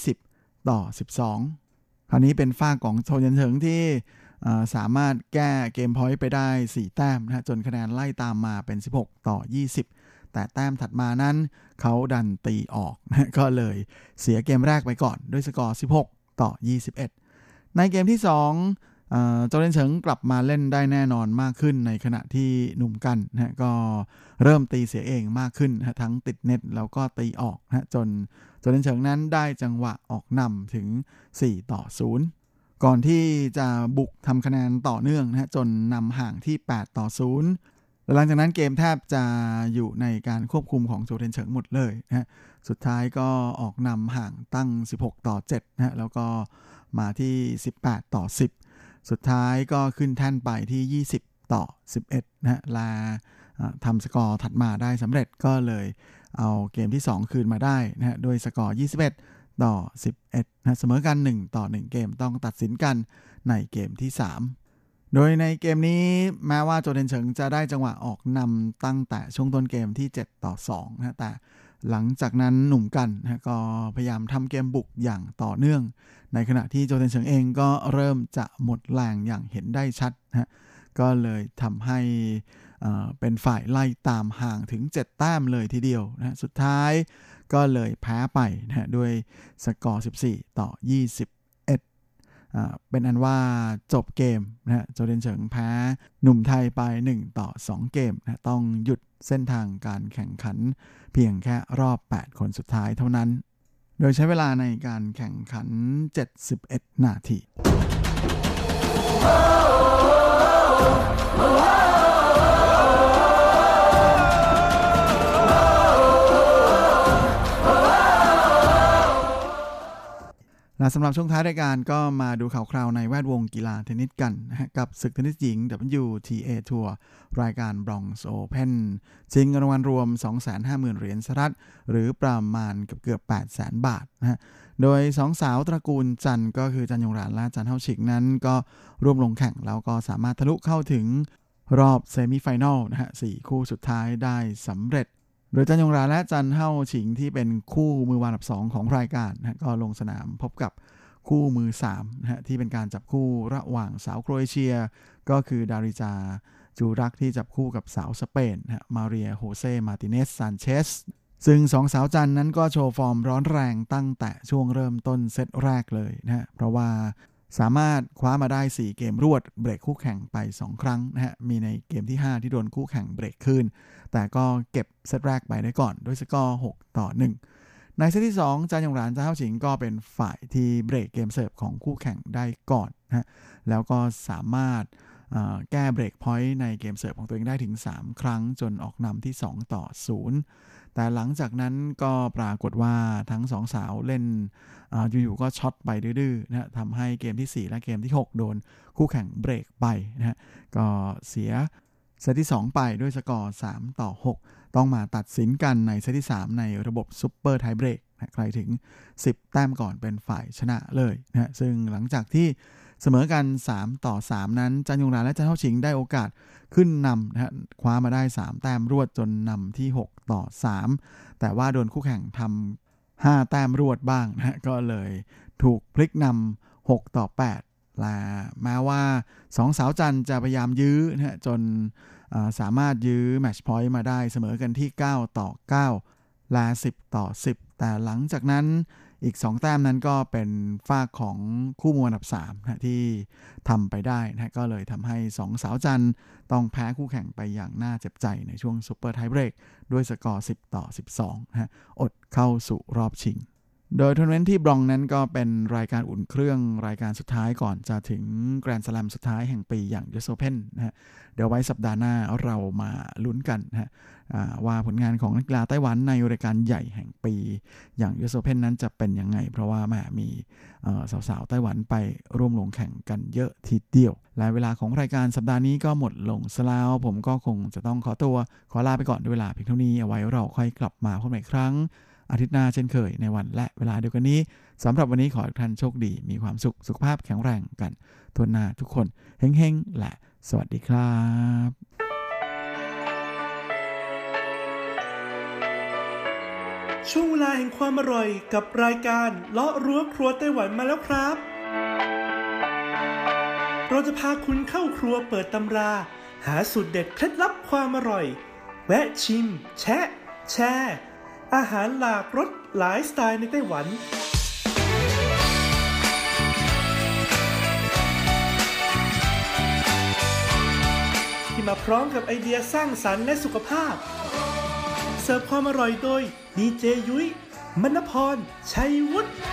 20-12คราวนี้เป็นฝ้าของโจเทียนเฉิงที่สามารถแก้เกมพอยต์ไปได้4แต้มนะจนคะแนนไล่ตามมาเป็น16-20แต่แต้มถัดมานั้นเขาดันตีออกนะก็เลยเสียเกมแรกไปก่อนด้วยสกอร์16-21ในเกมที่2โจเทียนเฉิงกลับมาเล่นได้แน่นอนมากขึ้นในขณะที่หนุ่มกันนะก็เริ่มตีเสียเองมากขึ้นนะทั้งติดเน็ตแล้วก็ตีออกนะจนโจเทียนเฉิงนั้นได้จังหวะออกนำถึง4-0ก่อนที่จะบุกทำคะแนนต่อเนื่องนะจนนำห่างที่8-0หลังจากนั้นเกมแทบจะอยู่ในการควบคุมของโจเทียนเฉิงหมดเลยนะสุดท้ายก็ออกนำห่างตั้ง16-7นะแล้วก็มาที่18-10สุดท้ายก็ขึ้นแท่นไปที่20-11นะและทำสกอร์ถัดมาได้สำเร็จก็เลยเอาเกมที่2คืนมาได้นะด้วยสกอร์21-11นะเสมอกัน1-1เกมต้องตัดสินกันในเกมที่3โดยในเกมนี้แม้ว่าโจเทียนเฉิงจะได้จังหวะออกนำตั้งแต่ช่วงต้นเกมที่7-2นะแต่หลังจากนั้นหนุ่มกันนะก็พยายามทำเกมบุกอย่างต่อเนื่องในขณะที่โจเทียนเฉิงเองก็เริ่มจะหมดแรงอย่างเห็นได้ชัดนะก็เลยทำให้เป็นฝ่ายไล่ตามห่างถึง7แต้มเลยทีเดียวนะสุดท้ายก็เลยแพ้ไปนะด้วยสกอร์14-21เป็นอันว่าจบเกมนะโจเทียนเฉิงแพ้หนุ่มไทยไป1-2เกมนะต้องหยุดเส้นทางการแข่งขันเพียงแค่รอบ8คนสุดท้ายเท่านั้นโดยใช้เวลาในการแข่งขัน71นาทีและสำหรับช่วงท้ายรายการก็มาดูข่าวคราวในแวดวงกีฬาเทนนิสกันนะฮะกับศึกเทนนิสหญิง WTA ทัวร์รายการ Bronx Open ชิงเงินรางวัลรวม 250,000 เหรียญสหรัฐหรือประมาณเกือบ 800,000 บาทนะฮะโดย2สาวตระกูลจันก็คือจันยงหรานและจันเฮาฉิงนั้นก็ร่วมลงแข่งแล้วก็สามารถทะลุเข้าถึงรอบเซมิไฟแนลนะฮะ4คู่สุดท้ายได้สำเร็จโดยจันยงหรานและจันเฮาฉิงที่เป็นคู่มือวางอันดับ2ของรายการนะก็ลงสนามพบกับคู่มือ3นะฮะที่เป็นการจับคู่ระหว่างสาวโครเอเชียก็คือดาริจาจูรักที่จับคู่กับสาวสเปนนะมาเรียโฮเซมาติเนสซานเชสซึ่ง2สาวจันนั้นก็โชว์ฟอร์มร้อนแรงตั้งแต่ช่วงเริ่มต้นเซตแรกเลยนะฮะเพราะว่าสามารถคว้ามาได้4เกมรวดเบรกคู่แข่งไป2ครั้งนะฮะมีในเกมที่5ที่โดนคู่แข่งเบรกคืนแต่ก็เก็บเซตแรกไปได้ก่อนด้วยสกอร์6-1ในเซตที่2จันยงหรานจันเฮาฉิงก็เป็นฝ่ายที่เบรกเกมเสิร์ฟของคู่แข่งได้ก่อนนะฮะแล้วก็สามารถแก้เบรกพอยต์ในเกมเสิร์ฟของตัวเองได้ถึง3ครั้งจนออกนำที่2-0แต่หลังจากนั้นก็ปรากฏว่าทั้ง2สาวเล่นอยู่ๆก็ช็อตไปดื้อๆนะทำให้เกมที่4และเกมที่6โดนคู่แข่งเบรกไปนะฮะก็เสียเซตที่2ไปด้วยสกอร์3-6ต้องมาตัดสินกันในเซตที่3ในระบบซุปเปอร์ไทเบรกใครถึง10แต้มก่อนเป็นฝ่ายชนะเลยนะซึ่งหลังจากที่เสมอกัน3-3นั้นจันยงหรานและจันเฮาฉิงได้โอกาสขึ้นนำนะฮะคว้ามาได้3แต้มรวดจนนำที่6-3แต่ว่าโดนคู่แข่งทำ5แต้มรวดบ้างนะฮะก็เลยถูกพลิกนำ6-8และแม้ว่า2สาวจันจะพยายามยื้อนะฮะจนสามารถยื้อแมตช์พอยต์มาได้เสมอกันที่9-9และ10-10แต่หลังจากนั้นอีก2แต้มนั้นก็เป็นฝ่ายของคู่มืออันดับ3นะที่ทำไปได้นะก็เลยทำให้2สาวจันทร์ต้องแพ้คู่แข่งไปอย่างน่าเจ็บใจในช่วงซุปเปอร์ไทเบรกด้วยสกอร์10-12นะอดเข้าสู่รอบชิงโดยทัวร์นาเมนต์ที่บรองนั้นก็เป็นรายการอุ่นเครื่องรายการสุดท้ายก่อนจะถึงแกรนด์สแลมสุดท้ายแห่งปีอย่าง US Open นะฮะเดี๋ยวไว้สัปดาห์หน้าเรามาลุ้นกันนะฮะว่าผลงานของนักกีฬาไต้หวันในรายการใหญ่แห่งปีอย่าง US Open นั้นจะเป็นยังไงเพราะว่าแม่มีสาวๆไต้หวันไปร่วมลงแข่งกันเยอะทีเดียวและเวลาของรายการสัปดาห์นี้ก็หมดลงซะแล้วผมก็คงจะต้องขอลาไปก่อนด้วยเวลาเพียงเท่านี้เอาไว้เราค่อยกลับมาพบกันอีกครั้งอาทิตย์หน้าเช่นเคยในวันและเวลาเดียวกันนี้สำหรับวันนี้ขอให้ทุกท่านโชคดีมีความสุขภาพแข็งแรงกันทั่วหน้าทุกคนเฮ้งๆและสวัสดีครับช่วงเวลาแห่งความอร่อยกับรายการเลาะรั้วครัวไต้หวันมาแล้วครับเราจะพาคุณเข้าครัวเปิดตำราหาสูตรเด็ดเคล็ดลับความอร่อยแวะชิมแชะแชร์อาหารหลากรสหลายสไตล์ในไต้หวันที่มาพร้อมกับไอเดียสร้างสรรค์และสุขภาพเสิร์ฟความอร่อยโดยดีเจยุ้ยมณพรชัยวุฒิ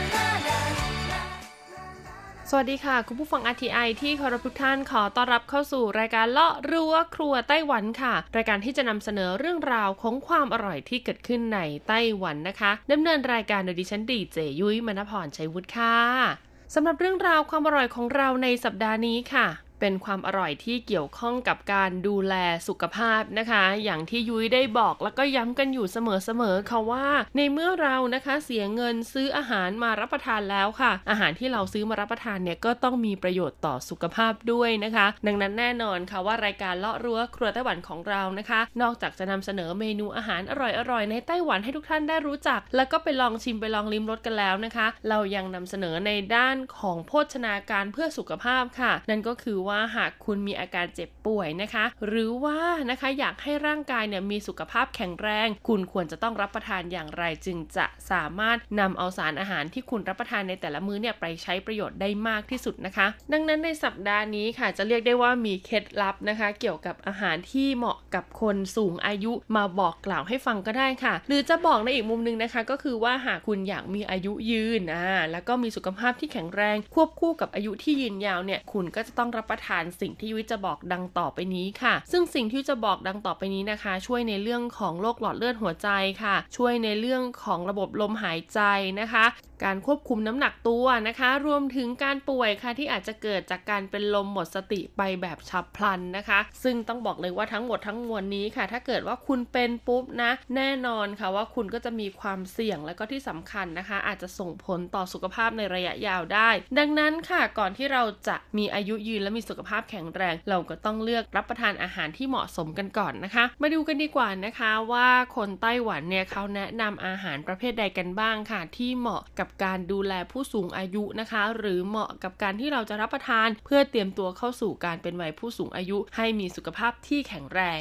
สวัสดีค่ะคุณผู้ฟัง RTI ที่เคารพทุกท่านขอต้อนรับเข้าสู่รายการเลาะรั้วครัวไต้หวันค่ะรายการที่จะนำเสนอเรื่องราวของความอร่อยที่เกิดขึ้นในไต้หวันนะคะดำเนินรายการโดยดิฉันดีเจยุ้ยมณพรชัยวุฒิค่ะสำหรับเรื่องราวความอร่อยของเราในสัปดาห์นี้ค่ะเป็นความอร่อยที่เกี่ยวข้องกับการดูแลสุขภาพนะคะอย่างที่ยุ้ยได้บอกแล้วก็ย้ำกันอยู่เสมอๆค่ะว่าในเมื่อเรานะคะเสียเงินซื้ออาหารมารับประทานแล้วค่ะอาหารที่เราซื้อมารับประทานเนี่ยก็ต้องมีประโยชน์ต่อสุขภาพด้วยนะคะดังนั้นแน่นอนค่ะว่ารายการเลาะรั้วครัวไต้หวันของเรานะคะนอกจากจะนำเสนอเมนูอาหารอร่อยๆในไต้หวันให้ทุกท่านได้รู้จักแล้วก็ไปลองชิมไปลองลิ้มรสกันแล้วนะคะเรายังนำเสนอในด้านของโภชนาการเพื่อสุขภาพค่ะนั่นก็คือว่าหากคุณมีอาการเจ็บป่วยนะคะหรือว่านะคะอยากให้ร่างกายเนี่ยมีสุขภาพแข็งแรงคุณควรจะต้องรับประทานอย่างไรจึงจะสามารถนำเอาสารอาหารที่คุณรับประทานในแต่ละมื้อเนี่ยไปใช้ประโยชน์ได้มากที่สุดนะคะดังนั้นในสัปดาห์นี้ค่ะจะเรียกได้ว่ามีเคล็ดลับนะคะเกี่ยวกับอาหารที่เหมาะกับคนสูงอายุมาบอกกล่าวให้ฟังก็ได้ค่ะหรือจะบอกในอีกมุมนึงนะคะก็คือว่าหากคุณอยากมีอายุยืนแล้วก็มีสุขภาพที่แข็งแรงควบคู่กับอายุที่ยืนยาวเนี่ยคุณก็จะต้องรับประทานสิ่งที่ยุ้ยจะบอกดังต่อไปนี้ค่ะซึ่งสิ่งที่จะบอกดังต่อไปนี้นะคะช่วยในเรื่องของโรคหลอดเลือดหัวใจค่ะช่วยในเรื่องของระบบลมหายใจนะคะการควบคุมน้ำหนักตัวนะคะรวมถึงการป่วยค่ะที่อาจจะเกิดจากการเป็นลมหมดสติไปแบบฉับพลันนะคะซึ่งต้องบอกเลยว่าทั้งหมดทั้งมวลนี้ค่ะถ้าเกิดว่าคุณเป็นปุ๊บนะแน่นอนค่ะว่าคุณก็จะมีความเสี่ยงและก็ที่สำคัญนะคะอาจจะส่งผลต่อสุขภาพในระยะยาวได้ดังนั้นค่ะก่อนที่เราจะมีอายุยืนและมีสุขภาพแข็งแรงเราก็ต้องเลือกรับประทานอาหารที่เหมาะสมกันก่อนนะคะมาดูกันดีกว่านะคะว่าคนไต้หวันเนี่ยเขาแนะนำอาหารประเภทใดกันบ้างค่ะที่เหมาะกับการดูแลผู้สูงอายุนะคะหรือเหมาะกับการที่เราจะรับประทานเพื่อเตรียมตัวเข้าสู่การเป็นวัยผู้สูงอายุให้มีสุขภาพที่แข็งแรง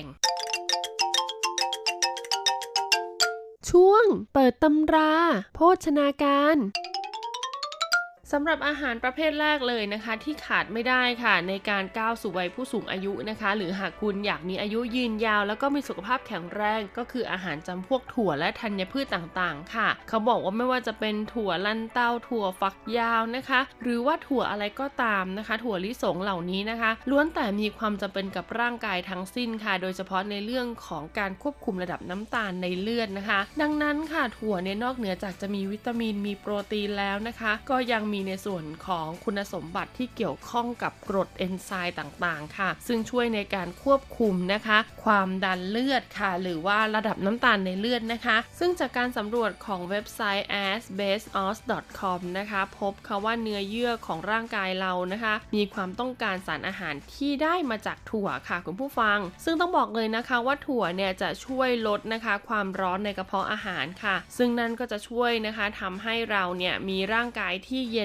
ช่วงเปิดตำราโภชนาการสำหรับอาหารประเภทแรกเลยนะคะที่ขาดไม่ได้ค่ะในการก้าวสู่วัยผู้สูงอายุนะคะหรือหากคุณอยากมีอายุยืนยาวแล้วก็มีสุขภาพแข็งแรงก็คืออาหารจำพวกถั่วและธัญพืชต่างๆค่ะเขาบอกว่าไม่ว่าจะเป็นถั่วลันเต้าถั่วฝักยาวนะคะหรือว่าถั่วอะไรก็ตามนะคะถั่วลิสงเหล่านี้นะคะล้วนแต่มีความจำเป็นกับร่างกายทั้งสิ้นค่ะโดยเฉพาะในเรื่องของการควบคุมระดับน้ำตาลในเลือดนะคะดังนั้นค่ะถั่วเนี่ยนอกเหนือจากจะมีวิตามินมีโปรตีนแล้วนะคะก็ยังมีในส่วนของคุณสมบัติที่เกี่ยวข้องกับกรดเอนไซม์ต่างๆค่ะซึ่งช่วยในการควบคุมนะคะความดันเลือดค่ะหรือว่าระดับน้ำตาลในเลือดนะคะซึ่งจากการสำรวจของเว็บไซต์ asbesos.com นะคะพบค่ะว่าเนื้อเยื่อของร่างกายเรานะคะมีความต้องการสารอาหารที่ได้มาจากถั่วค่ะคุณผู้ฟังซึ่งต้องบอกเลยนะคะว่าถั่วเนี่ยจะช่วยลดนะคะความร้อนในกระเพาะอาหารค่ะซึ่งนั่นก็จะช่วยนะคะทำให้เราเนี่ยมีร่างกายที่เย็น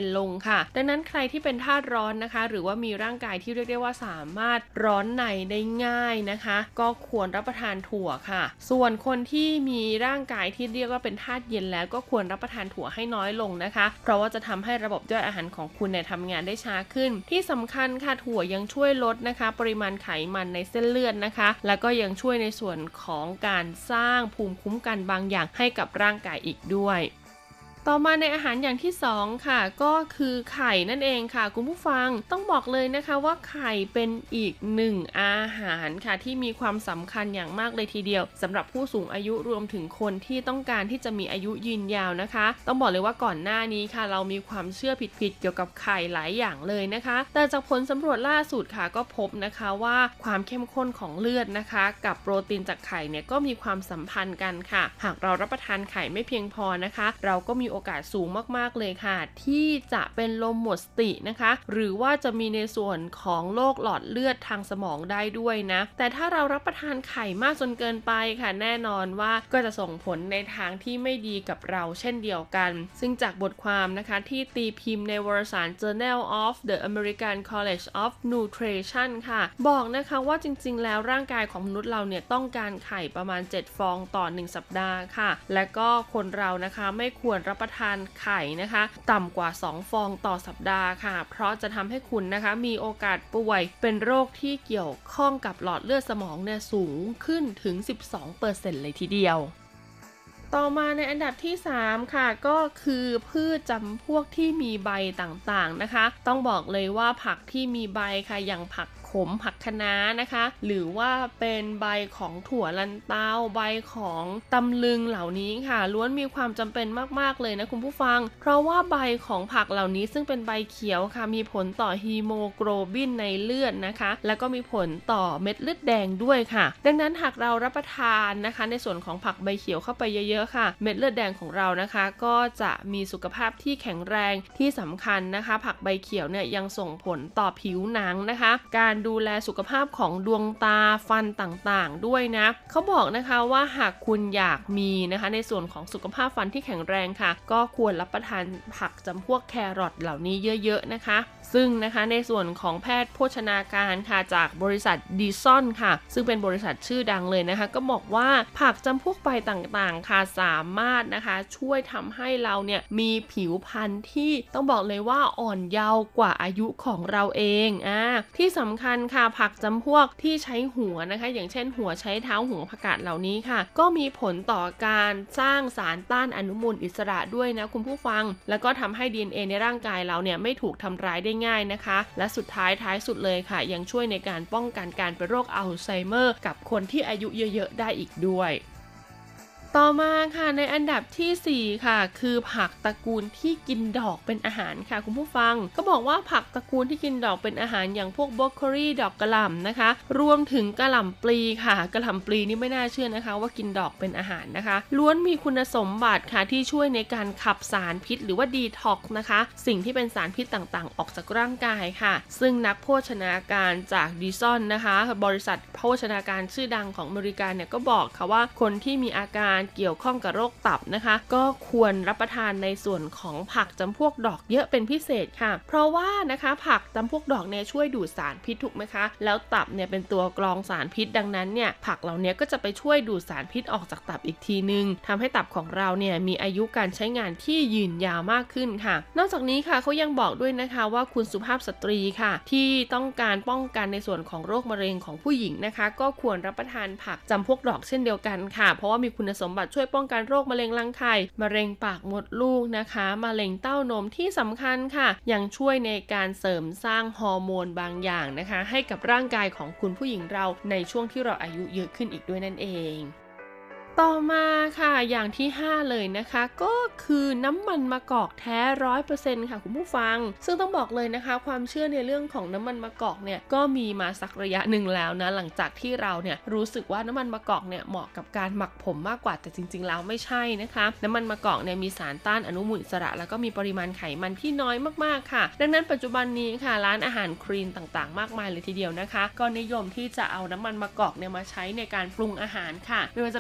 นลงค่ะดังนั้นใครที่เป็นธาตุร้อนนะคะหรือว่ามีร่างกายที่เรียกได้ว่าสามารถร้อนในได้ง่ายนะคะก็ควรรับประทานถั่วค่ะส่วนคนที่มีร่างกายที่เรียกว่าเป็นธาตุเย็นแล้วก็ควรรับประทานถั่วให้น้อยลงนะคะเพราะว่าจะทำให้ระบบย่อยอาหารของคุณเนี่ยทำงานได้ช้าขึ้นที่สำคัญค่ะถั่วยังช่วยลดนะคะปริมาณไขมันในเส้นเลือดนะคะแล้วก็ยังช่วยในส่วนของการสร้างภูมิคุ้มกันบางอย่างให้กับร่างกายอีกด้วยต่อมาในอาหารอย่างที่2ค่ะก็คือไข่นั่นเองค่ะคุณผู้ฟังต้องบอกเลยนะคะว่าไข่เป็นอีก1อาหารค่ะที่มีความสำคัญอย่างมากเลยทีเดียวสำหรับผู้สูงอายุรวมถึงคนที่ต้องการที่จะมีอายุยืนยาวนะคะต้องบอกเลยว่าก่อนหน้านี้ค่ะเรามีความเชื่อผิดๆเกี่ยวกับไข่หลายอย่างเลยนะคะแต่จากผลสำรวจล่าสุดค่ะก็พบนะคะว่าความเข้มข้นของเลือดนะคะกับโปรตีนจากไข่เนี่ยก็มีความสัมพันธ์กันค่ะหากเรารับประทานไข่ไม่เพียงพอนะคะเราก็มีโอกาสสูงมากๆเลยค่ะที่จะเป็นลมหมดสตินะคะหรือว่าจะมีในส่วนของโรคหลอดเลือดทางสมองได้ด้วยนะแต่ถ้าเรารับประทานไข่มากจนเกินไปค่ะแน่นอนว่าก็จะส่งผลในทางที่ไม่ดีกับเราเช่นเดียวกันซึ่งจากบทความนะคะที่ตีพิมพ์ในวารสาร Journal of the American College of Nutrition ค่ะบอกนะคะว่าจริงๆแล้วร่างกายของมนุษย์เราเนี่ยต้องการไข่ประมาณ7ฟองต่อ1สัปดาห์ค่ะและก็คนเรานะคะไม่ควรรับประทานไข่นะคะต่ำกว่า2ฟองต่อสัปดาห์ค่ะเพราะจะทำให้คุณนะคะมีโอกาสป่วยเป็นโรคที่เกี่ยวข้องกับหลอดเลือดสมองเนี่ยสูงขึ้นถึง 12% เลยทีเดียวต่อมาในอันดับที่3ค่ะก็คือพืชจำพวกที่มีใบต่างๆนะคะต้องบอกเลยว่าผักที่มีใบค่ะอย่างผักขมผักคะน้านะคะหรือว่าเป็นใบของถั่วลันเตาใบของตำลึงเหล่านี้ค่ะล้วนมีความจำเป็นมากๆเลยนะคุณผู้ฟังเพราะว่าใบของผักเหล่านี้ซึ่งเป็นใบเขียวค่ะมีผลต่อฮีโมโกลบินในเลือดนะคะแล้วก็มีผลต่อเม็ดเลือดแดงด้วยค่ะดังนั้นหากเรารับประทานนะคะในส่วนของผักใบเขียวเข้าไปเยอะๆค่ะเม็ดเลือดแดงของเรานะคะก็จะมีสุขภาพที่แข็งแรงที่สำคัญนะคะผักใบเขียวเนี่ยยังส่งผลต่อผิวหนังนะคะการดูแลสุขภาพของดวงตาฟันต่างๆด้วยนะเขาบอกนะคะว่าหากคุณอยากมีนะคะในส่วนของสุขภาพฟันที่แข็งแรงค่ะก็ควรรับประทานผักจำพวกแครอทเหล่านี้เยอะๆนะคะซึ่งนะคะในส่วนของแพทย์โภชนาการค่ะจากบริษัทดีซอนค่ะซึ่งเป็นบริษัทชื่อดังเลยนะคะก็บอกว่าผักจำพวกใบต่างๆค่ะสามารถนะคะช่วยทำให้เราเนี่ยมีผิวพรรณที่ต้องบอกเลยว่าอ่อนเยาว์กว่าอายุของเราเองที่สำคัญค่ะผักจำพวกที่ใช้หัวนะคะอย่างเช่นหัวใช้เท้าหัวผักกาดเหล่านี้ค่ะก็มีผลต่อการสร้างสารต้านอนุมูลอิสระด้วยนะคุณผู้ฟังแล้วก็ทำให้ DNA ในร่างกายเราเนี่ยไม่ถูกทำร้ายได้ง่ายนะคะและสุดท้ายสุดเลยค่ะยังช่วยในการป้องกันการเป็นโรคอัลไซเมอร์กับคนที่อายุเยอะๆได้อีกด้วยต่อมาค่ะในอันดับที่4ค่ะคือผักตระกูลที่กินดอกเป็นอาหารค่ะคุณผู้ฟังก็บอกว่าผักตระกูลที่กินดอกเป็นอาหารอย่างพวกบรอกโคลีดอกกระหล่ำนะคะรวมถึงกระหล่ำปลีค่ะกระหล่ำปลีนี่ไม่น่าเชื่อนะคะว่ากินดอกเป็นอาหารนะคะล้วนมีคุณสมบัติค่ะที่ช่วยในการขับสารพิษหรือว่าดีท็อกซ์นะคะสิ่งที่เป็นสารพิษต่างๆออกจากร่างกายค่ะซึ่งนักโภชนาการจากดิซอนนะคะบริษัทโภชนาการชื่อดังของอเมริกาเนี่ยก็บอกค่ะว่าคนที่มีอาการเกี่ยวข้องกับโรคตับนะคะก็ควรรับประทานในส่วนของผักจำพวกดอกเยอะเป็นพิเศษค่ะเพราะว่านะคะผักจำพวกดอกเนี่ยช่วยดูดสารพิษถูกไหมคะแล้วตับเนี่ยเป็นตัวกรองสารพิษดังนั้นเนี่ยผักเหล่านี้ก็จะไปช่วยดูดสารพิษออกจากตับอีกทีนึงทำให้ตับของเราเนี่ยมีอายุการใช้งานที่ยืนยาวมากขึ้นค่ะนอกจากนี้ค่ะเขายังบอกด้วยนะคะว่าคุณสุภาพสตรีค่ะที่ต้องการป้องกันในส่วนของโรคมะเร็งของผู้หญิงนะคะก็ควรรับประทานผักจำพวกดอกเช่นเดียวกันค่ะเพราะว่ามีคุณสมบัติช่วยป้องกันโรคมะเร็งรังไข่มะเร็งปากมดลูกนะคะมะเร็งเต้านมที่สำคัญค่ะยังช่วยในการเสริมสร้างฮอร์โมนบางอย่างนะคะให้กับร่างกายของคุณผู้หญิงเราในช่วงที่เราอายุเยอะขึ้นอีกด้วยนั่นเองต่อมาค่ะอย่างที่5เลยนะคะก็คือน้ำมันมะกอกแท้ 100% ค่ะคุณผู้ฟังซึ่งต้องบอกเลยนะคะความเชื่อในเรื่องของน้ำมันมะกอกเนี่ยก็มีมาสักระยะหนึ่งแล้วนะหลังจากที่เราเนี่ยรู้สึกว่าน้ำมันมะกอกเนี่ยเหมาะกับการหมักผมมากกว่าแต่จริงๆแล้วไม่ใช่นะคะน้ำมันมะกอกเนี่ยมีสารต้านอนุมูลอิสระแล้วก็มีปริมาณไขมันที่น้อยมากๆค่ะดังนั้นปัจจุบันนี้ค่ะร้านอาหารคลีนต่างๆมากมายเลยทีเดียวนะคะก็นิยมที่จะเอาน้ำมันมะกอกเนี่ยมาใช้ในการปรุงอาหารค่ะไม่ว่าจะเป็นอาหาร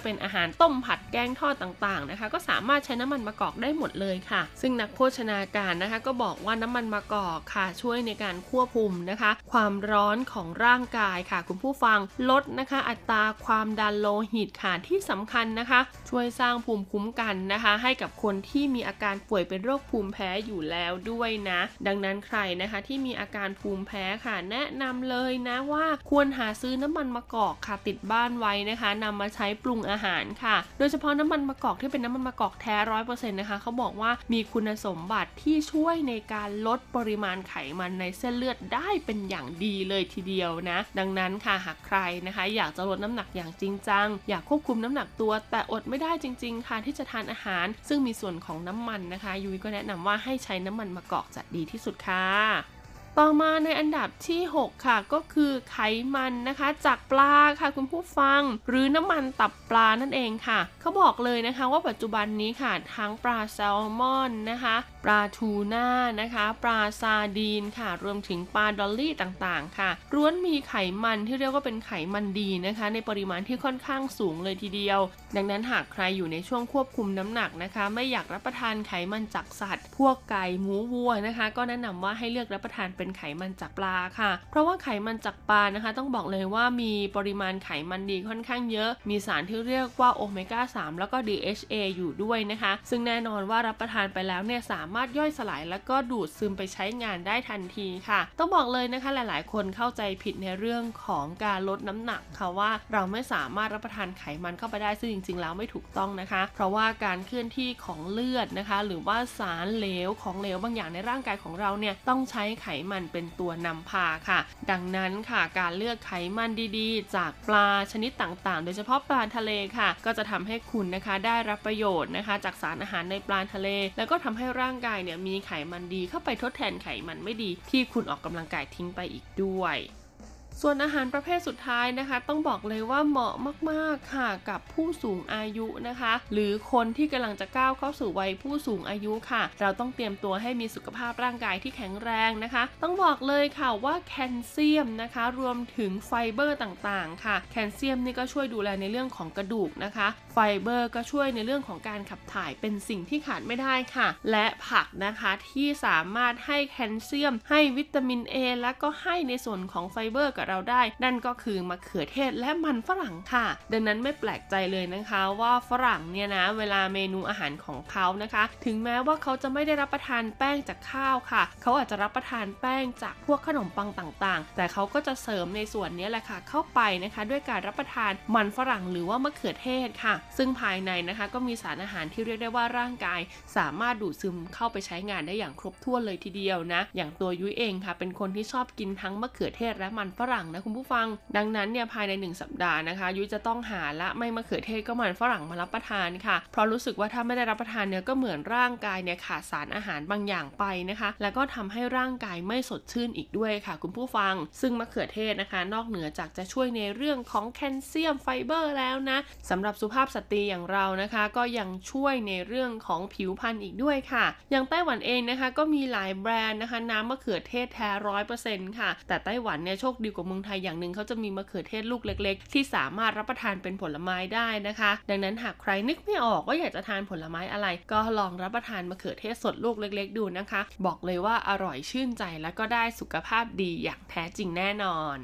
ารต้มผัดแกงทอดต่างๆนะคะก็สามารถใช้น้ำมันมะกอกได้หมดเลยค่ะซึ่งนักโภชนาการนะคะก็บอกว่าน้ำมันมะกอกค่ะช่วยในการควบคุมนะคะความร้อนของร่างกายค่ะคุณผู้ฟังลดนะคะอัตราความดันโลหิตค่ะที่สำคัญนะคะช่วยสร้างภูมิคุ้มกันนะคะให้กับคนที่มีอาการป่วยเป็นโรคภูมิแพ้อยู่แล้วด้วยนะดังนั้นใครนะคะที่มีอาการภูมิแพ้ค่ะแนะนำเลยนะว่าควรหาซื้อน้ำมันมะกอกค่ะติดบ้านไว้นะคะนำมาใช้ปรุงอาหารค่ะโดยเฉพาะน้ำมันมะกอกที่เป็นน้ำมันมะกอกแท้ 100% นะคะเขาบอกว่ามีคุณสมบัติที่ช่วยในการลดปริมาณไขมันในเส้นเลือดได้เป็นอย่างดีเลยทีเดียวนะดังนั้นค่ะหากใครนะคะอยากจะลดน้ำหนักอย่างจริงจังอยากควบคุมน้ำหนักตัวแต่อดไม่ได้จริงๆค่ะที่จะทานอาหารซึ่งมีส่วนของน้ำมันนะคะยุ้ยก็แนะนำว่าให้ใช้น้ำมันมะกอกจะดีที่สุดค่ะต่อมาในอันดับที่6ค่ะก็คือไขมันนะคะจากปลาค่ะคุณผู้ฟังหรือน้ำมันตับปลานั่นเองค่ะเขาบอกเลยนะคะว่าปัจจุบันนี้ค่ะทั้งปลาแซลมอนนะคะปลาทูน่านะคะปลาซาร์ดีนค่ะรวมถึงปลาดอลลี่ต่างๆค่ะล้วนมีไขมันที่เรียกว่าเป็นไขมันดีนะคะในปริมาณที่ค่อนข้างสูงเลยทีเดียวดังนั้นหากใครอยู่ในช่วงควบคุมน้ำหนักนะคะไม่อยากรับประทานไขมันจากสัตว์พวกไก่หมูวัวนะคะก็แนะนำว่าให้เลือกรับประทานเป็นไขมันจากปลาค่ะเพราะว่าไขมันจากปลานะคะต้องบอกเลยว่ามีปริมาณไขมันดีค่อนข้างเยอะมีสารที่เรียกว่าโอเมก้า 3แล้วก็ DHA อยู่ด้วยนะคะซึ่งแน่นอนว่ารับประทานไปแล้วเนี่ยสามารถย่อยสลายแล้วก็ดูดซึมไปใช้งานได้ทันทีค่ะต้องบอกเลยนะคะหลายๆคนเข้าใจผิดในเรื่องของการลดน้ำหนักค่ะว่าเราไม่สามารถรับประทานไขมันเข้าไปได้ซึ่งจริงๆแล้วไม่ถูกต้องนะคะเพราะว่าการเคลื่อนที่ของเลือดนะคะหรือว่าสารเหลวของเหลวบางอย่างในร่างกายของเราเนี่ยต้องใช้ไขมันเป็นตัวนำพาค่ะดังนั้นค่ะการเลือกไขมันดีๆจากปลาชนิดต่างๆโดยเฉพาะปลาทะเลค่ะก็จะทำให้คุณนะคะได้รับประโยชน์นะคะจากสารอาหารในปลาทะเลแล้วก็ทำให้ร่างกายเนี่ยมีไขมันดีเข้าไปทดแทนไขมันไม่ดีที่คุณออกกำลังกายทิ้งไปอีกด้วยส่วนอาหารประเภทสุดท้ายนะคะต้องบอกเลยว่าเหมาะมากๆค่ะกับผู้สูงอายุนะคะหรือคนที่กำลังจะก้าวเข้าสู่วัยผู้สูงอายุค่ะเราต้องเตรียมตัวให้มีสุขภาพร่างกายที่แข็งแรงนะคะต้องบอกเลยค่ะว่าแคลเซียมนะคะรวมถึงไฟเบอร์ต่างๆค่ะแคลเซียมนี่ก็ช่วยดูแลในเรื่องของกระดูกนะคะไฟเบอร์ก็ช่วยในเรื่องของการขับถ่ายเป็นสิ่งที่ขาดไม่ได้ค่ะและผักนะคะที่สามารถให้แคลเซียมให้วิตามิน A และก็ให้ในส่วนของไฟเบอร์เราได้นั่นก็คือมะเขือเทศและมันฝรั่งค่ะดังนั้นไม่แปลกใจเลยนะคะว่าฝรั่งเนี่ยนะเวลาเมนูอาหารของเขานะคะถึงแม้ว่าเขาจะไม่ได้รับประทานแป้งจากข้าวค่ะเขาอาจจะรับประทานแป้งจากพวกขนมปังต่างๆแต่เขาก็จะเสริมในส่วนนี้แหละค่ะเข้าไปนะคะด้วยการรับประทานมันฝรั่งหรือว่ามะเขือเทศค่ะซึ่งภายในนะคะก็มีสารอาหารที่เรียกได้ว่าร่างกายสามารถดูดซึมเข้าไปใช้งานได้อย่างครบถ้วนเลยทีเดียวนะอย่างตัวยุ้ยเองค่ะเป็นคนที่ชอบกินทั้งมะเขือเทศและมันฝรั่งนะคุณผู้ฟังดังนั้นเนี่ยภายใน1สัปดาห์นะคะยุ้ยจะต้องหาละไม่มะเขือเทศก็มันฝรั่งมารับประทานค่ะเพราะรู้สึกว่าถ้าไม่ได้รับประทานเนี่ยก็เหมือนร่างกายเนี่ยขาดสารอาหารบางอย่างไปนะคะแล้วก็ทำให้ร่างกายไม่สดชื่นอีกด้วยค่ะคุณผู้ฟังซึ่งมะเขือเทศนะคะนอกเหนือจากจะช่วยในเรื่องของแคลเซียมไฟเบอร์แล้วนะสำหรับสุภาพสตรีอย่างเรานะคะก็ยังช่วยในเรื่องของผิวพรรณอีกด้วยค่ะอย่างไต้หวันเองนะคะก็มีหลายแบรนด์นะคะน้ำมะเขือเทศแท้ 100% ค่ะแต่ไต้หวันเนี่ยโชคดีกว่าเมืองไทยอย่างนึงเขาจะมีมะเขือเทศลูกเล็กๆที่สามารถรับประทานเป็นผลไม้ได้นะคะดังนั้นหากใครนึกไม่ออกว่าอยากจะทานผลไม้อะไรก็ลองรับประทานมะเขือเทศสดลูกเล็กๆดูนะคะบอกเลยว่าอร่อยชื่นใจและก็ได้สุขภาพดีอย่างแท้จริงแน่นอน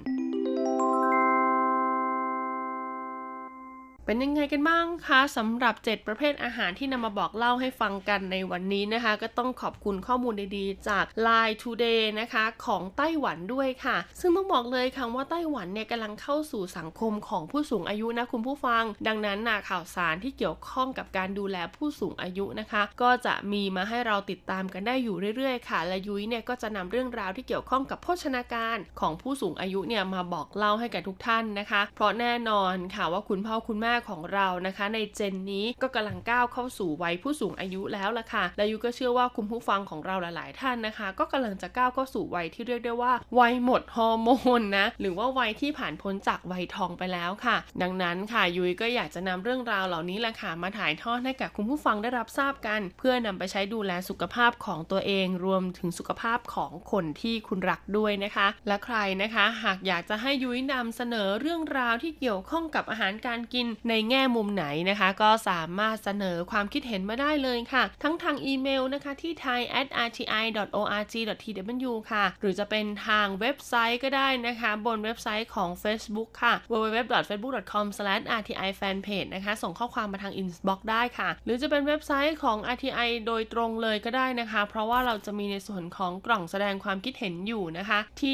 เป็นยังไงกันบ้างคะสำหรับ7ประเภทอาหารที่นำมาบอกเล่าให้ฟังกันในวันนี้นะคะก็ต้องขอบคุณข้อมูลดีๆจาก Line Today นะคะของไต้หวันด้วยค่ะซึ่งต้องบอกเลยค่ะว่าไต้หวันเนี่ยกำลังเข้าสู่สังคมของผู้สูงอายุนะคุณผู้ฟังดังนั้นข่าวสารที่เกี่ยวข้องกับการดูแลผู้สูงอายุนะคะก็จะมีมาให้เราติดตามกันได้อยู่เรื่อยๆค่ะและยุ้ยเนี่ยก็จะนำเรื่องราวที่เกี่ยวข้องกับโภชนาการของผู้สูงอายุเนี่ยมาบอกเล่าให้กับทุกท่านนะคะเพราะแน่นอนค่ะว่าคุณพ่อคุณแม่ของเรานะคะในเจนนี้ก็กำลังก้าวเข้าสู่วัยผู้สูงอายุแล้วล่ะค่ะและยุก็เชื่อว่าคุณผู้ฟังของเราหลายๆท่านนะคะก็กำลังจะก้าวเข้าสู่วัยที่เรียกได้ว่าวัยหมดฮอร์โมนนะหรือว่าวัยที่ผ่านพ้นจากวัยทองไปแล้วค่ะดังนั้นค่ะยุ้ยก็อยากจะนำเรื่องราวเหล่านี้แหละค่ะมาถ่ายทอดให้กับคุณผู้ฟังได้รับทราบกันเพื่อนำไปใช้ดูแลสุขภาพของตัวเองรวมถึงสุขภาพของคนที่คุณรักด้วยนะคะและใครนะคะหากอยากจะให้ยุ้ยนำเสนอเรื่องราวที่เกี่ยวข้องกับอาหารการกินในแง่มุมไหนนะคะก็สามารถเสนอความคิดเห็นมาได้เลยค่ะทั้งทางอีเมลนะคะที่ thai@rti.org.tw ค่ะหรือจะเป็นทางเว็บไซต์ก็ได้นะคะบนเว็บไซต์ของ Facebook ค่ะ www.facebook.com/rti-fanpage นะคะส่งข้อความมาทาง inbox ได้ค่ะหรือจะเป็นเว็บไซต์ของ RTI โดยตรงเลยก็ได้นะคะเพราะว่าเราจะมีในส่วนของกล่องแสดงความคิดเห็นอยู่นะคะที่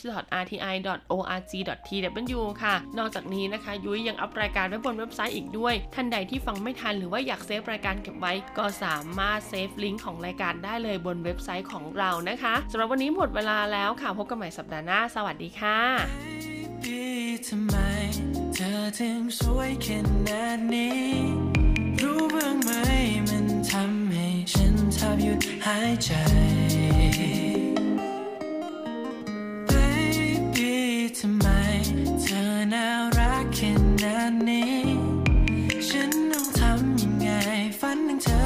th.rti.org.tw ค่ะนอกจากนี้นะคะยุ้ยยังอัปรายการไว้บนเว็บไซต์อีกด้วยท่านใดที่ฟังไม่ทันหรือว่าอยากเซฟรายการเก็บไว้ก็สามารถเซฟลิงก์ของรายการได้เลยบนเว็บไซต์ของเรานะคะสำหรับวันนี้หมดเวลาแล้วค่ะพบกันใหม่สัปดาห์หน้าสวัสดีค่ะทำไมเธอถึงสวยขนาดนี้รู้บ้างไหมมันทำให้ฉันแทบหยุดหายใจ Baby ทำไมเธอน่ารักขนาดนี้ฉันต้องทำยังไงฝันถึงเธอ